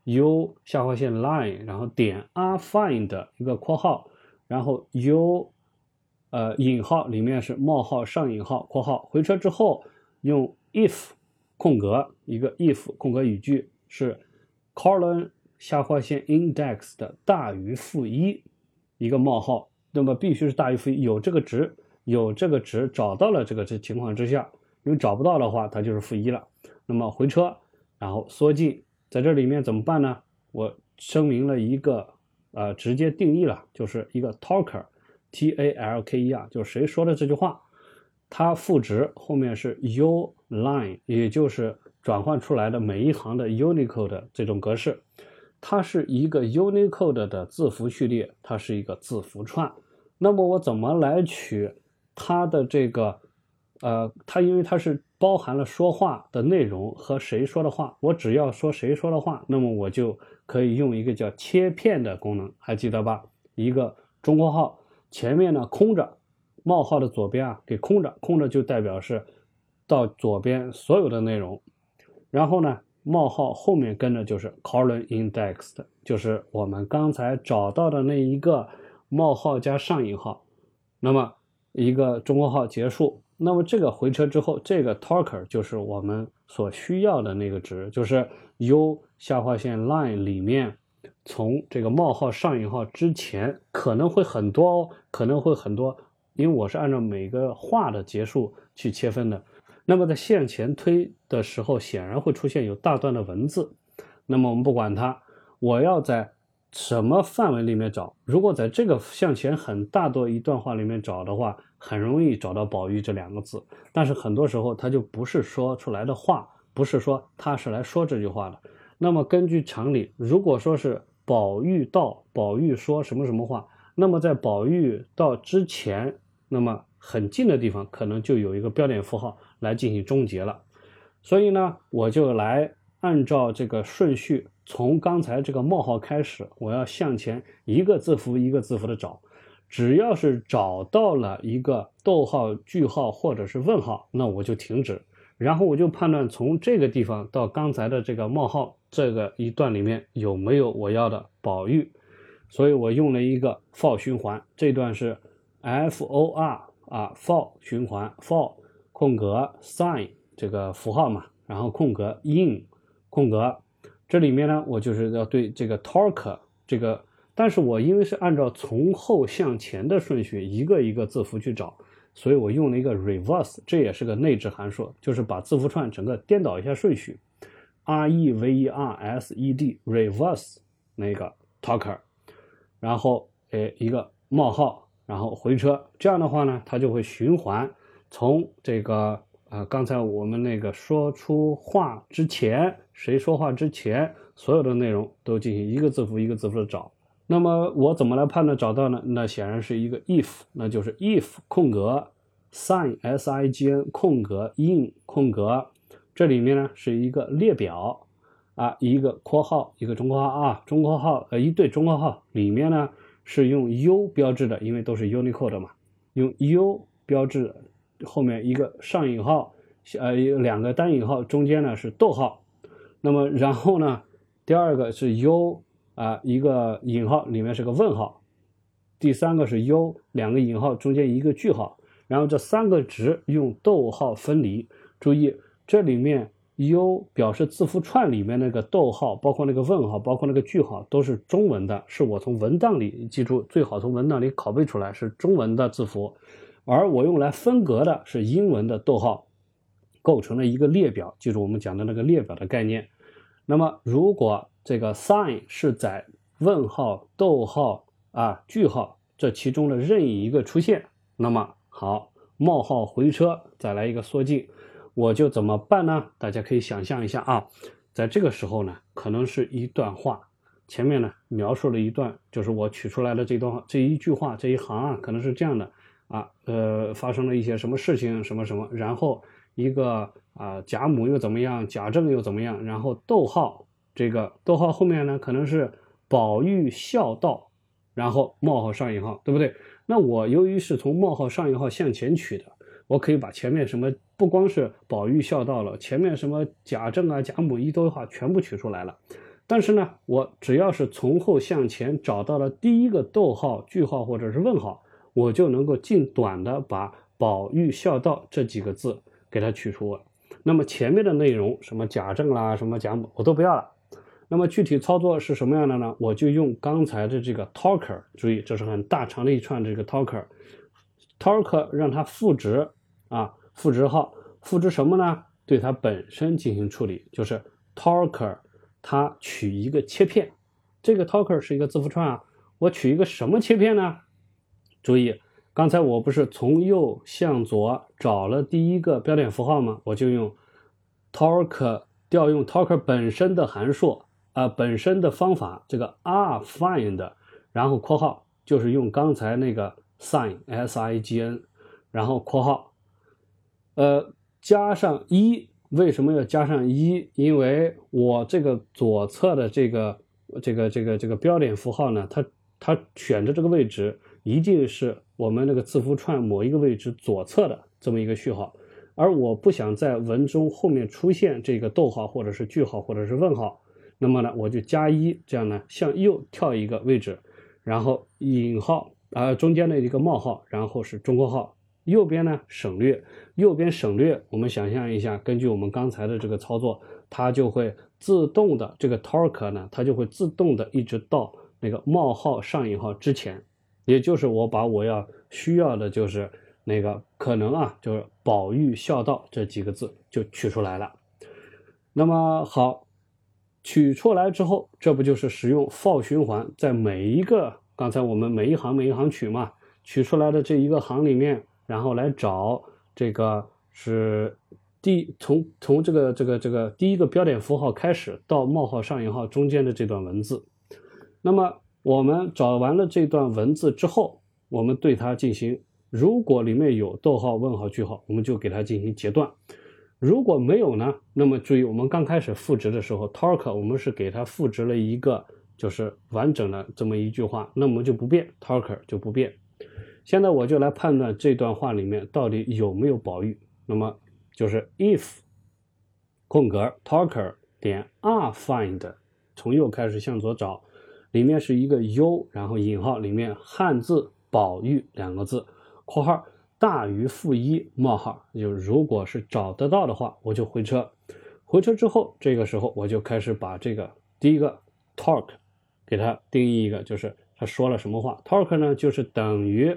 S1: u 下划线 line， 然后点 rfind 一个括号，然后 u 呃引号里面是冒号上引号括号，回车之后用 if 空格一个 if 空格语句是 colon 下划线 index 的大于负一一个冒号，那么必须是大于负一，有这个值有这个值找到了这个情况之下，因为找不到的话它就是负一了。那么回车然后缩进，在这里面怎么办呢？我声明了一个呃直接定义了，就是一个 talker T A L K E R， 就是谁说的这句话，它赋值后面是 u line， 也就是转换出来的每一行的 Unicode 这种格式，它是一个 Unicode 的字符序列，它是一个字符串。那么我怎么来取它的这个呃，它因为它是包含了说话的内容和谁说的话，我只要说谁说的话，那么我就可以用一个叫切片的功能，还记得吧？一个中括号前面呢空着，冒号的左边啊给空着，空着就代表是到左边所有的内容，然后呢冒号后面跟着就是 colon indexed， 就是我们刚才找到的那一个冒号加上引号，那么一个中括号结束。那么这个回车之后，这个 talker 就是我们所需要的那个值，就是 u 下划线 line 里面从这个冒号上引号之前可能会很多哦，可能会很多，因为我是按照每个话的结束去切分的。那么在向前推的时候，显然会出现有大段的文字。那么我们不管它，我要在什么范围里面找？如果在这个向前很大的一段话里面找的话，很容易找到宝玉这两个字。但是很多时候它就不是说出来的话，不是说他是来说这句话的。那么根据常理，如果说是宝玉到，宝玉说什么什么话，那么在宝玉到之前，那么很近的地方可能就有一个标点符号来进行终结了。所以呢，我就来按照这个顺序，从刚才这个冒号开始，我要向前一个字符一个字符的找，只要是找到了一个逗号、句号或者是问号，那我就停止，然后我就判断从这个地方到刚才的这个冒号这个一段里面有没有我要的宝玉，所以我用了一个 for 循环，这段是 F O R 啊 for 循环 for 空格 sign 这个符号嘛，然后空格 in 空格，这里面呢我就是要对这个 talker 这个，但是我因为是按照从后向前的顺序一个一个字符去找，所以我用了一个 reverse， 这也是个内置函数，就是把字符串整个颠倒一下顺序， R E V E R S E D reverse 那个 talker， 然后诶一个冒号，然后回车，这样的话呢它就会循环从这个呃刚才我们那个说出话之前，谁说话之前所有的内容都进行一个字符一个字符的找。那么我怎么来判断找到呢？那显然是一个 if， 那就是 if 空格 sign S I G N 空格 in 空格，这里面呢是一个列表啊，一个括号一个中括号啊，中括号呃一对中括号里面呢是用 U 标志的，因为都是 Unicode 嘛，用 U 标志后面一个上引号，呃两个单引号，中间呢是逗号，那么然后呢第二个是 U啊，一个引号里面是个问号，第三个是 U 两个引号中间一个句号，然后这三个值用逗号分离。注意这里面 U 表示字符串里面那个逗号，包括那个问号，包括那个句号都是中文的，是我从文档里，记住最好从文档里拷贝出来是中文的字符，而我用来分隔的是英文的逗号，构成了一个列表，记住我们讲的那个列表的概念。那么如果这个 sign 是在问号、逗号啊、句号这其中的任意一个出现，那么好，冒号回车再来一个缩进，我就怎么办呢？大家可以想象一下啊，在这个时候呢，可能是一段话，前面呢描述了一段，就是我取出来的这段话，这一句话这一行啊，可能是这样的啊，呃，发生了一些什么事情，什么什么，然后一个啊甲母又怎么样，甲正又怎么样，然后逗号。这个逗号后面呢可能是宝玉笑道，然后冒号上引号，对不对？那我由于是从冒号上引号向前取的，我可以把前面什么不光是宝玉笑道了，前面什么甲正啊甲母一逗号全部取出来了。 但是呢，我只要是从后向前找到了第一个逗号、句号或者是问号，我就能够尽短的把保育孝道这几个字给它取出。那么前面的内容，什么假证啦、什么假母，我都不要了。那么具体操作是什么样的呢？我就用刚才的这个 talker， 注意这是很大长的一串这个 talker， talker 让它赋值啊，赋值号，赋值什么呢？对它本身进行处理，就是 talker 它取一个切片，这个 talker 是一个字符串啊，我取一个什么切片呢？注意，刚才我不是从右向左找了第一个标点符号吗？我就用 talker 调用 talker 本身的函数啊、呃，本身的方法，这个 rfind， 然后括号就是用刚才那个 sign s i g n， 然后括号，呃，加上一，为什么要加上一？因为我这个左侧的这个这个这个这个标点符号呢，它它选的这个位置一定是我们那个字符串某一个位置左侧的这么一个序号，而我不想在文中后面出现这个逗号或者是句号或者是问号，那么呢我就加一，这样呢向右跳一个位置，然后引号啊、呃、中间的一个冒号，然后是中括号，右边呢省略，右边省略，我们想象一下，根据我们刚才的这个操作，它就会自动的这个 talker 呢，它就会自动的一直到那个冒号上引号之前，也就是我把我要需要的就是那个可能啊，就是保育孝道这几个字就取出来了。那么好，取出来之后，这不就是使用 for 循环，在每一个刚才我们每一行每一行取嘛，取出来的这一个行里面，然后来找这个是第从从这个这个这个第一个标点符号开始到冒号上引号中间的这段文字。那么我们找完了这段文字之后，我们对它进行，如果里面有逗号、问号、句号，我们就给它进行截断。如果没有呢，那么注意我们刚开始赋值的时候 talker 我们是给它赋值了一个就是完整的这么一句话，那么就不变， talker 就不变。现在我就来判断这段话里面到底有没有保育，那么就是 if 空格 talker 点 rfind， 从右开始向左找，里面是一个 u， 然后引号里面汉字保育两个字，括号大于负一冒号，就如果是找得到的话，我就回车。回车之后，这个时候我就开始把这个第一个 talk 给它定义一个，就是他说了什么话。talk 呢就是等于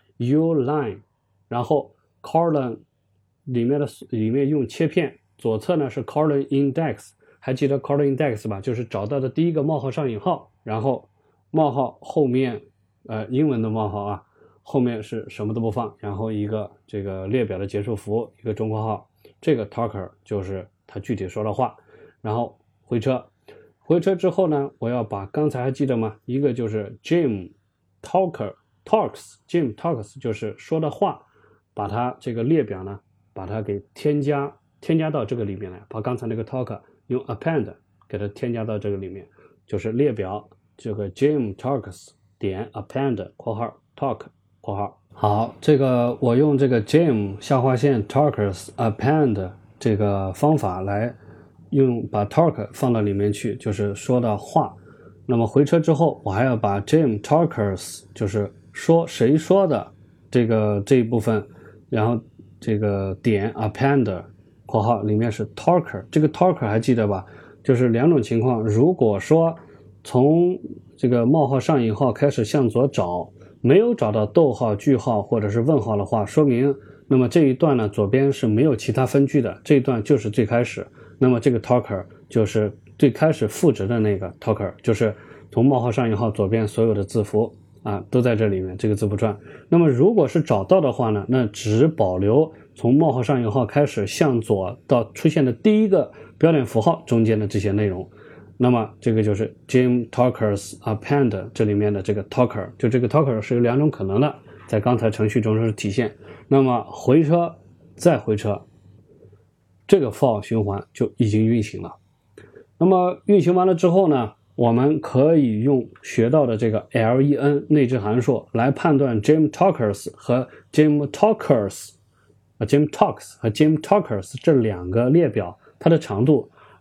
S1: uline， 然后 colon 里面的里面用切片，左侧呢是 colon index， 还记得 colon index 吧？就是找到的第一个冒号上引号，然后冒号后面呃英文的冒号啊，后面是什么都不放，然后一个这个列表的结束符，一个中括号，这个 talker 就是他具体说的话。然后回车，回车之后呢，我要把刚才还记得吗？一个就是 Jim talker talks Jim talks 就是说的话，把它这个列表呢把它给添加添加到这个里面来，把刚才那个 talker 用 append 给它添加到这个里面，就是列表这个 Jim talks 点 append 括号 talk括号。好，这个我用这个 Jim 下划线 talkers append 这个方法来用把 talk 放到里面去，就是说的话。那么回车之后，我还要把 Jim talkers 就是说谁说的这个这一部分，然后这个点 append 括号里面是 talker， 这个 talker 还记得吧？就是两种情况，如果说从这个冒号上引号开始向左找，没有找到逗号、句号或者是问号的话，说明那么这一段呢左边是没有其他分句的，这一段就是最开始，那么这个 talker 就是最开始赋值的那个 talker， 就是从冒号上引号左边所有的字符啊都在这里面，这个字符串。那么如果是找到的话呢，那只保留从冒号上引号开始向左到出现的第一个标点符号中间的这些内容。那么这个就是 Jim talkers append 这里面的这个 talker， 就这个 talker 是有两种可能的，在刚才程序中是体现。那么回车再回车，这个 for 循环就已经运行了。那么运行完了之后呢，我们可以用学到的这个 len 内置函数来判断 Jim talkers 和 Jim talkers Jim talks 和 Jim talkers 这两个列表它的长度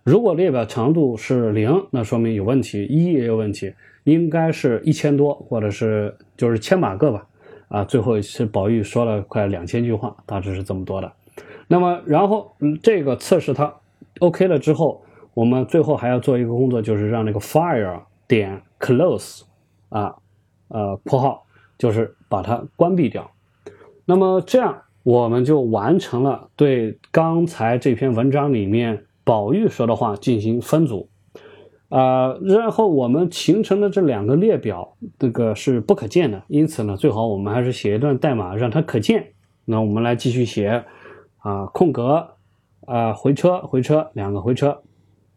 S1: 如果列表长度是零，那说明有问题，一也有问题，应该是一千多，或者是就是千把个吧。啊，最后是宝玉说了快两千句话，大致是这么多的。那么，然后、嗯、这个测试它 OK 了之后，我们最后还要做一个工作，就是让那个 file 点 close 啊，呃，括号就是把它关闭掉。那么这样我们就完成了对刚才这篇文章里面宝玉说的话进行分组。呃，然后我们形成的这两个列表，这个是不可见的，因此呢，最好我们还是写一段代码让它可见。那我们来继续写啊，空格啊，回车回车两个回车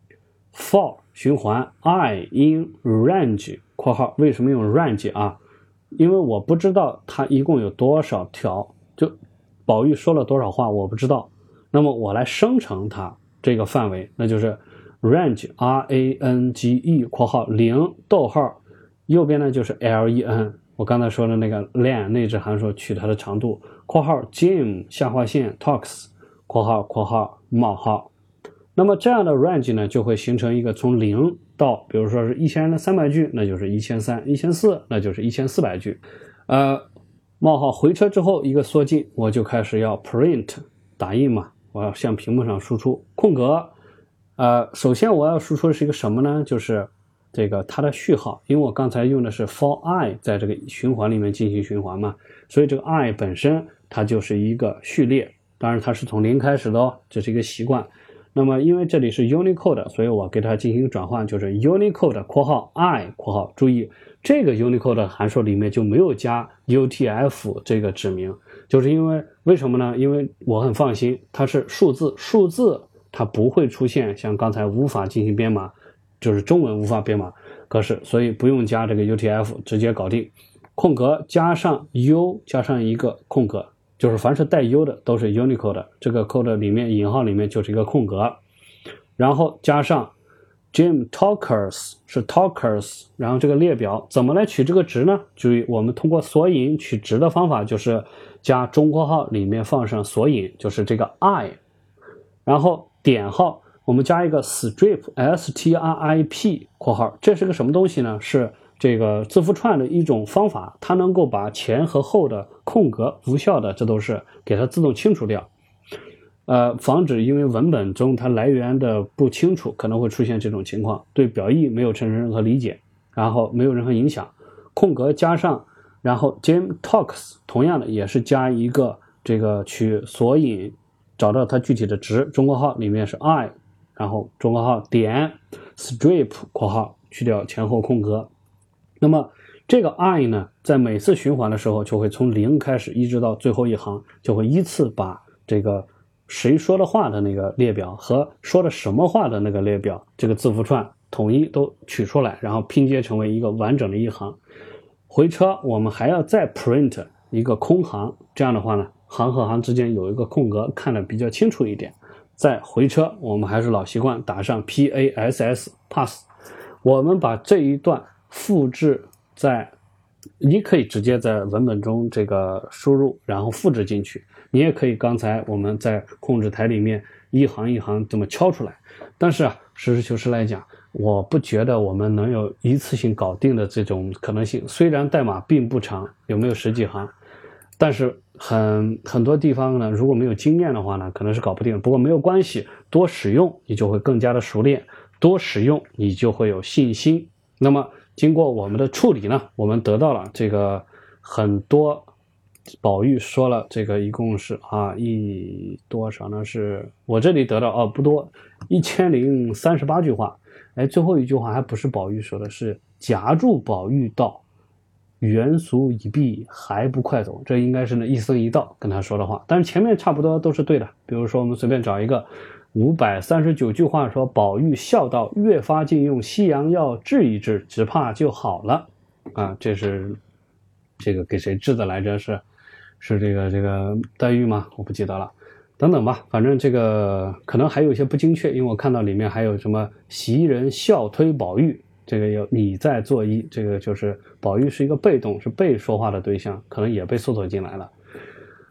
S1: ，for 循环 I in range 括号为什么用 range 啊？因为我不知道它一共有多少条，就宝玉说了多少话我不知道，那么我来生成它这个范围，那就是。range R A N G E 括号零逗号右边呢就是 L E N 我刚才说的那个 len 内置函数取它的长度括号 Jim 下划线 talks 括号括号冒号。那么这样的 range 呢就会形成一个从零到比如说是一千三百句，那就是一千三百、一千四百那就是一千四百句。呃冒号回车之后一个缩进，我就开始要 print 打印嘛，我要向屏幕上输出空格。呃，首先我要输出的是一个什么呢？就是这个它的序号，因为我刚才用的是 for I 在这个循环里面进行循环嘛，所以这个 I 本身它就是一个序列，当然它是从零开始的哦，这是一个习惯。那么因为这里是 Unicode， 所以我给它进行转换，就是 Unicode 括号 I 括号，注意这个 Unicode 函数里面就没有加 U T F 这个指明，就是因为为什么呢？因为我很放心，它是数字，数字。它不会出现像刚才无法进行编码，就是中文无法编码格式，所以不用加这个 U T F 直接搞定。空格加上 U 加上一个空格，就是凡是带 U 的都是 Unicode， 这个 code 里面引号里面就是一个空格，然后加上 Jim talkers 是 talkers， 然后这个列表怎么来取这个值呢？注意我们通过索引取值的方法就是加中括号里面放上索引，就是这个 I， 然后点号我们加一个 strip S T R I P 括号，这是个什么东西呢？是这个字符串的一种方法，它能够把前和后的空格无效的这都是给它自动清除掉，呃，防止因为文本中它来源的不清楚可能会出现这种情况，对表意没有产生任何理解，然后没有任何影响。空格加上然后 Jim talks 同样的也是加一个这个取索引找到它具体的值，中括号里面是 I， 然后中括号点 strip 括号去掉前后空格。那么这个 I 呢，在每次循环的时候就会从零开始一直到最后一行，就会依次把这个谁说的话的那个列表和说的什么话的那个列表这个字符串统一都取出来，然后拼接成为一个完整的一行。回车我们还要再 print 一个空行，这样的话呢行和行之间有一个空格，看得比较清楚一点。再回车我们还是老习惯打上 P A S S pass， 我们把这一段复制在，你可以直接在文本中这个输入然后复制进去，你也可以刚才我们在控制台里面一行一行这么敲出来，但是啊实事求是来讲，我不觉得我们能有一次性搞定的这种可能性，虽然代码并不长，有没有十几行，但是很很多地方呢，如果没有经验的话呢，可能是搞不定。不过没有关系，多使用你就会更加的熟练，多使用你就会有信心。那么经过我们的处理呢，我们得到了这个很多，宝玉说了这个一共是啊一多少呢？是我这里得到哦不多，一千零三十八句话。哎，最后一句话还不是宝玉说的，是夹住宝玉道。元俗已毕还不快走，这应该是那一僧一道跟他说的话，但是前面差不多都是对的。比如说我们随便找一个五百三十九句话，说宝玉笑道越发禁用西洋药治一治，只怕就好了啊，这是这个给谁治的来着？是是这个这个黛玉吗？我不记得了，等等吧，反正这个可能还有一些不精确，因为我看到里面还有什么袭人笑推宝玉，这个有你在作揖，这个就是宝玉是一个被动，是被说话的对象，可能也被搜索进来了。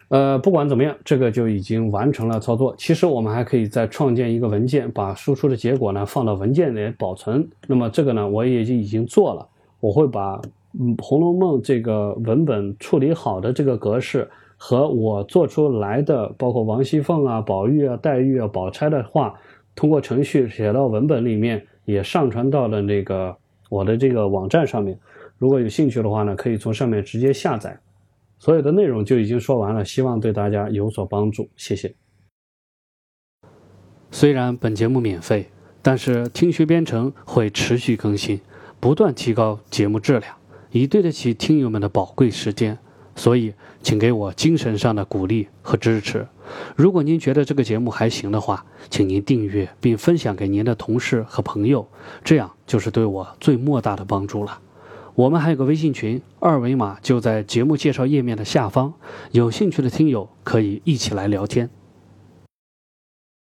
S1: 呃，不管怎么样，这个就已经完成了操作。其实我们还可以再创建一个文件，把输出的结果呢放到文件里保存。那么这个呢，我也已经做了。我会把嗯《红楼梦》这个文本处理好的这个格式和我做出来的，包括王熙凤啊、宝玉啊、黛玉啊、宝钗的话，通过程序写到文本里面，也上传到了那个我的这个网站上面。如果有兴趣的话呢，可以从上面直接下载。所有的内容就已经说完了，希望对大家有所帮助，谢谢。虽然本节目免费，但是听学编程会持续更新，不断提高节目质量，以对得起听友们的宝贵时间。所以请给我精神上的鼓励和支持。如果您觉得这个节目还行的话，请您订阅并分享给您的同事和朋友，这样就是对我最莫大的帮助了。我们还有个微信群，二维码就在节目介绍页面的下方，有兴趣的听友可以一起来聊天。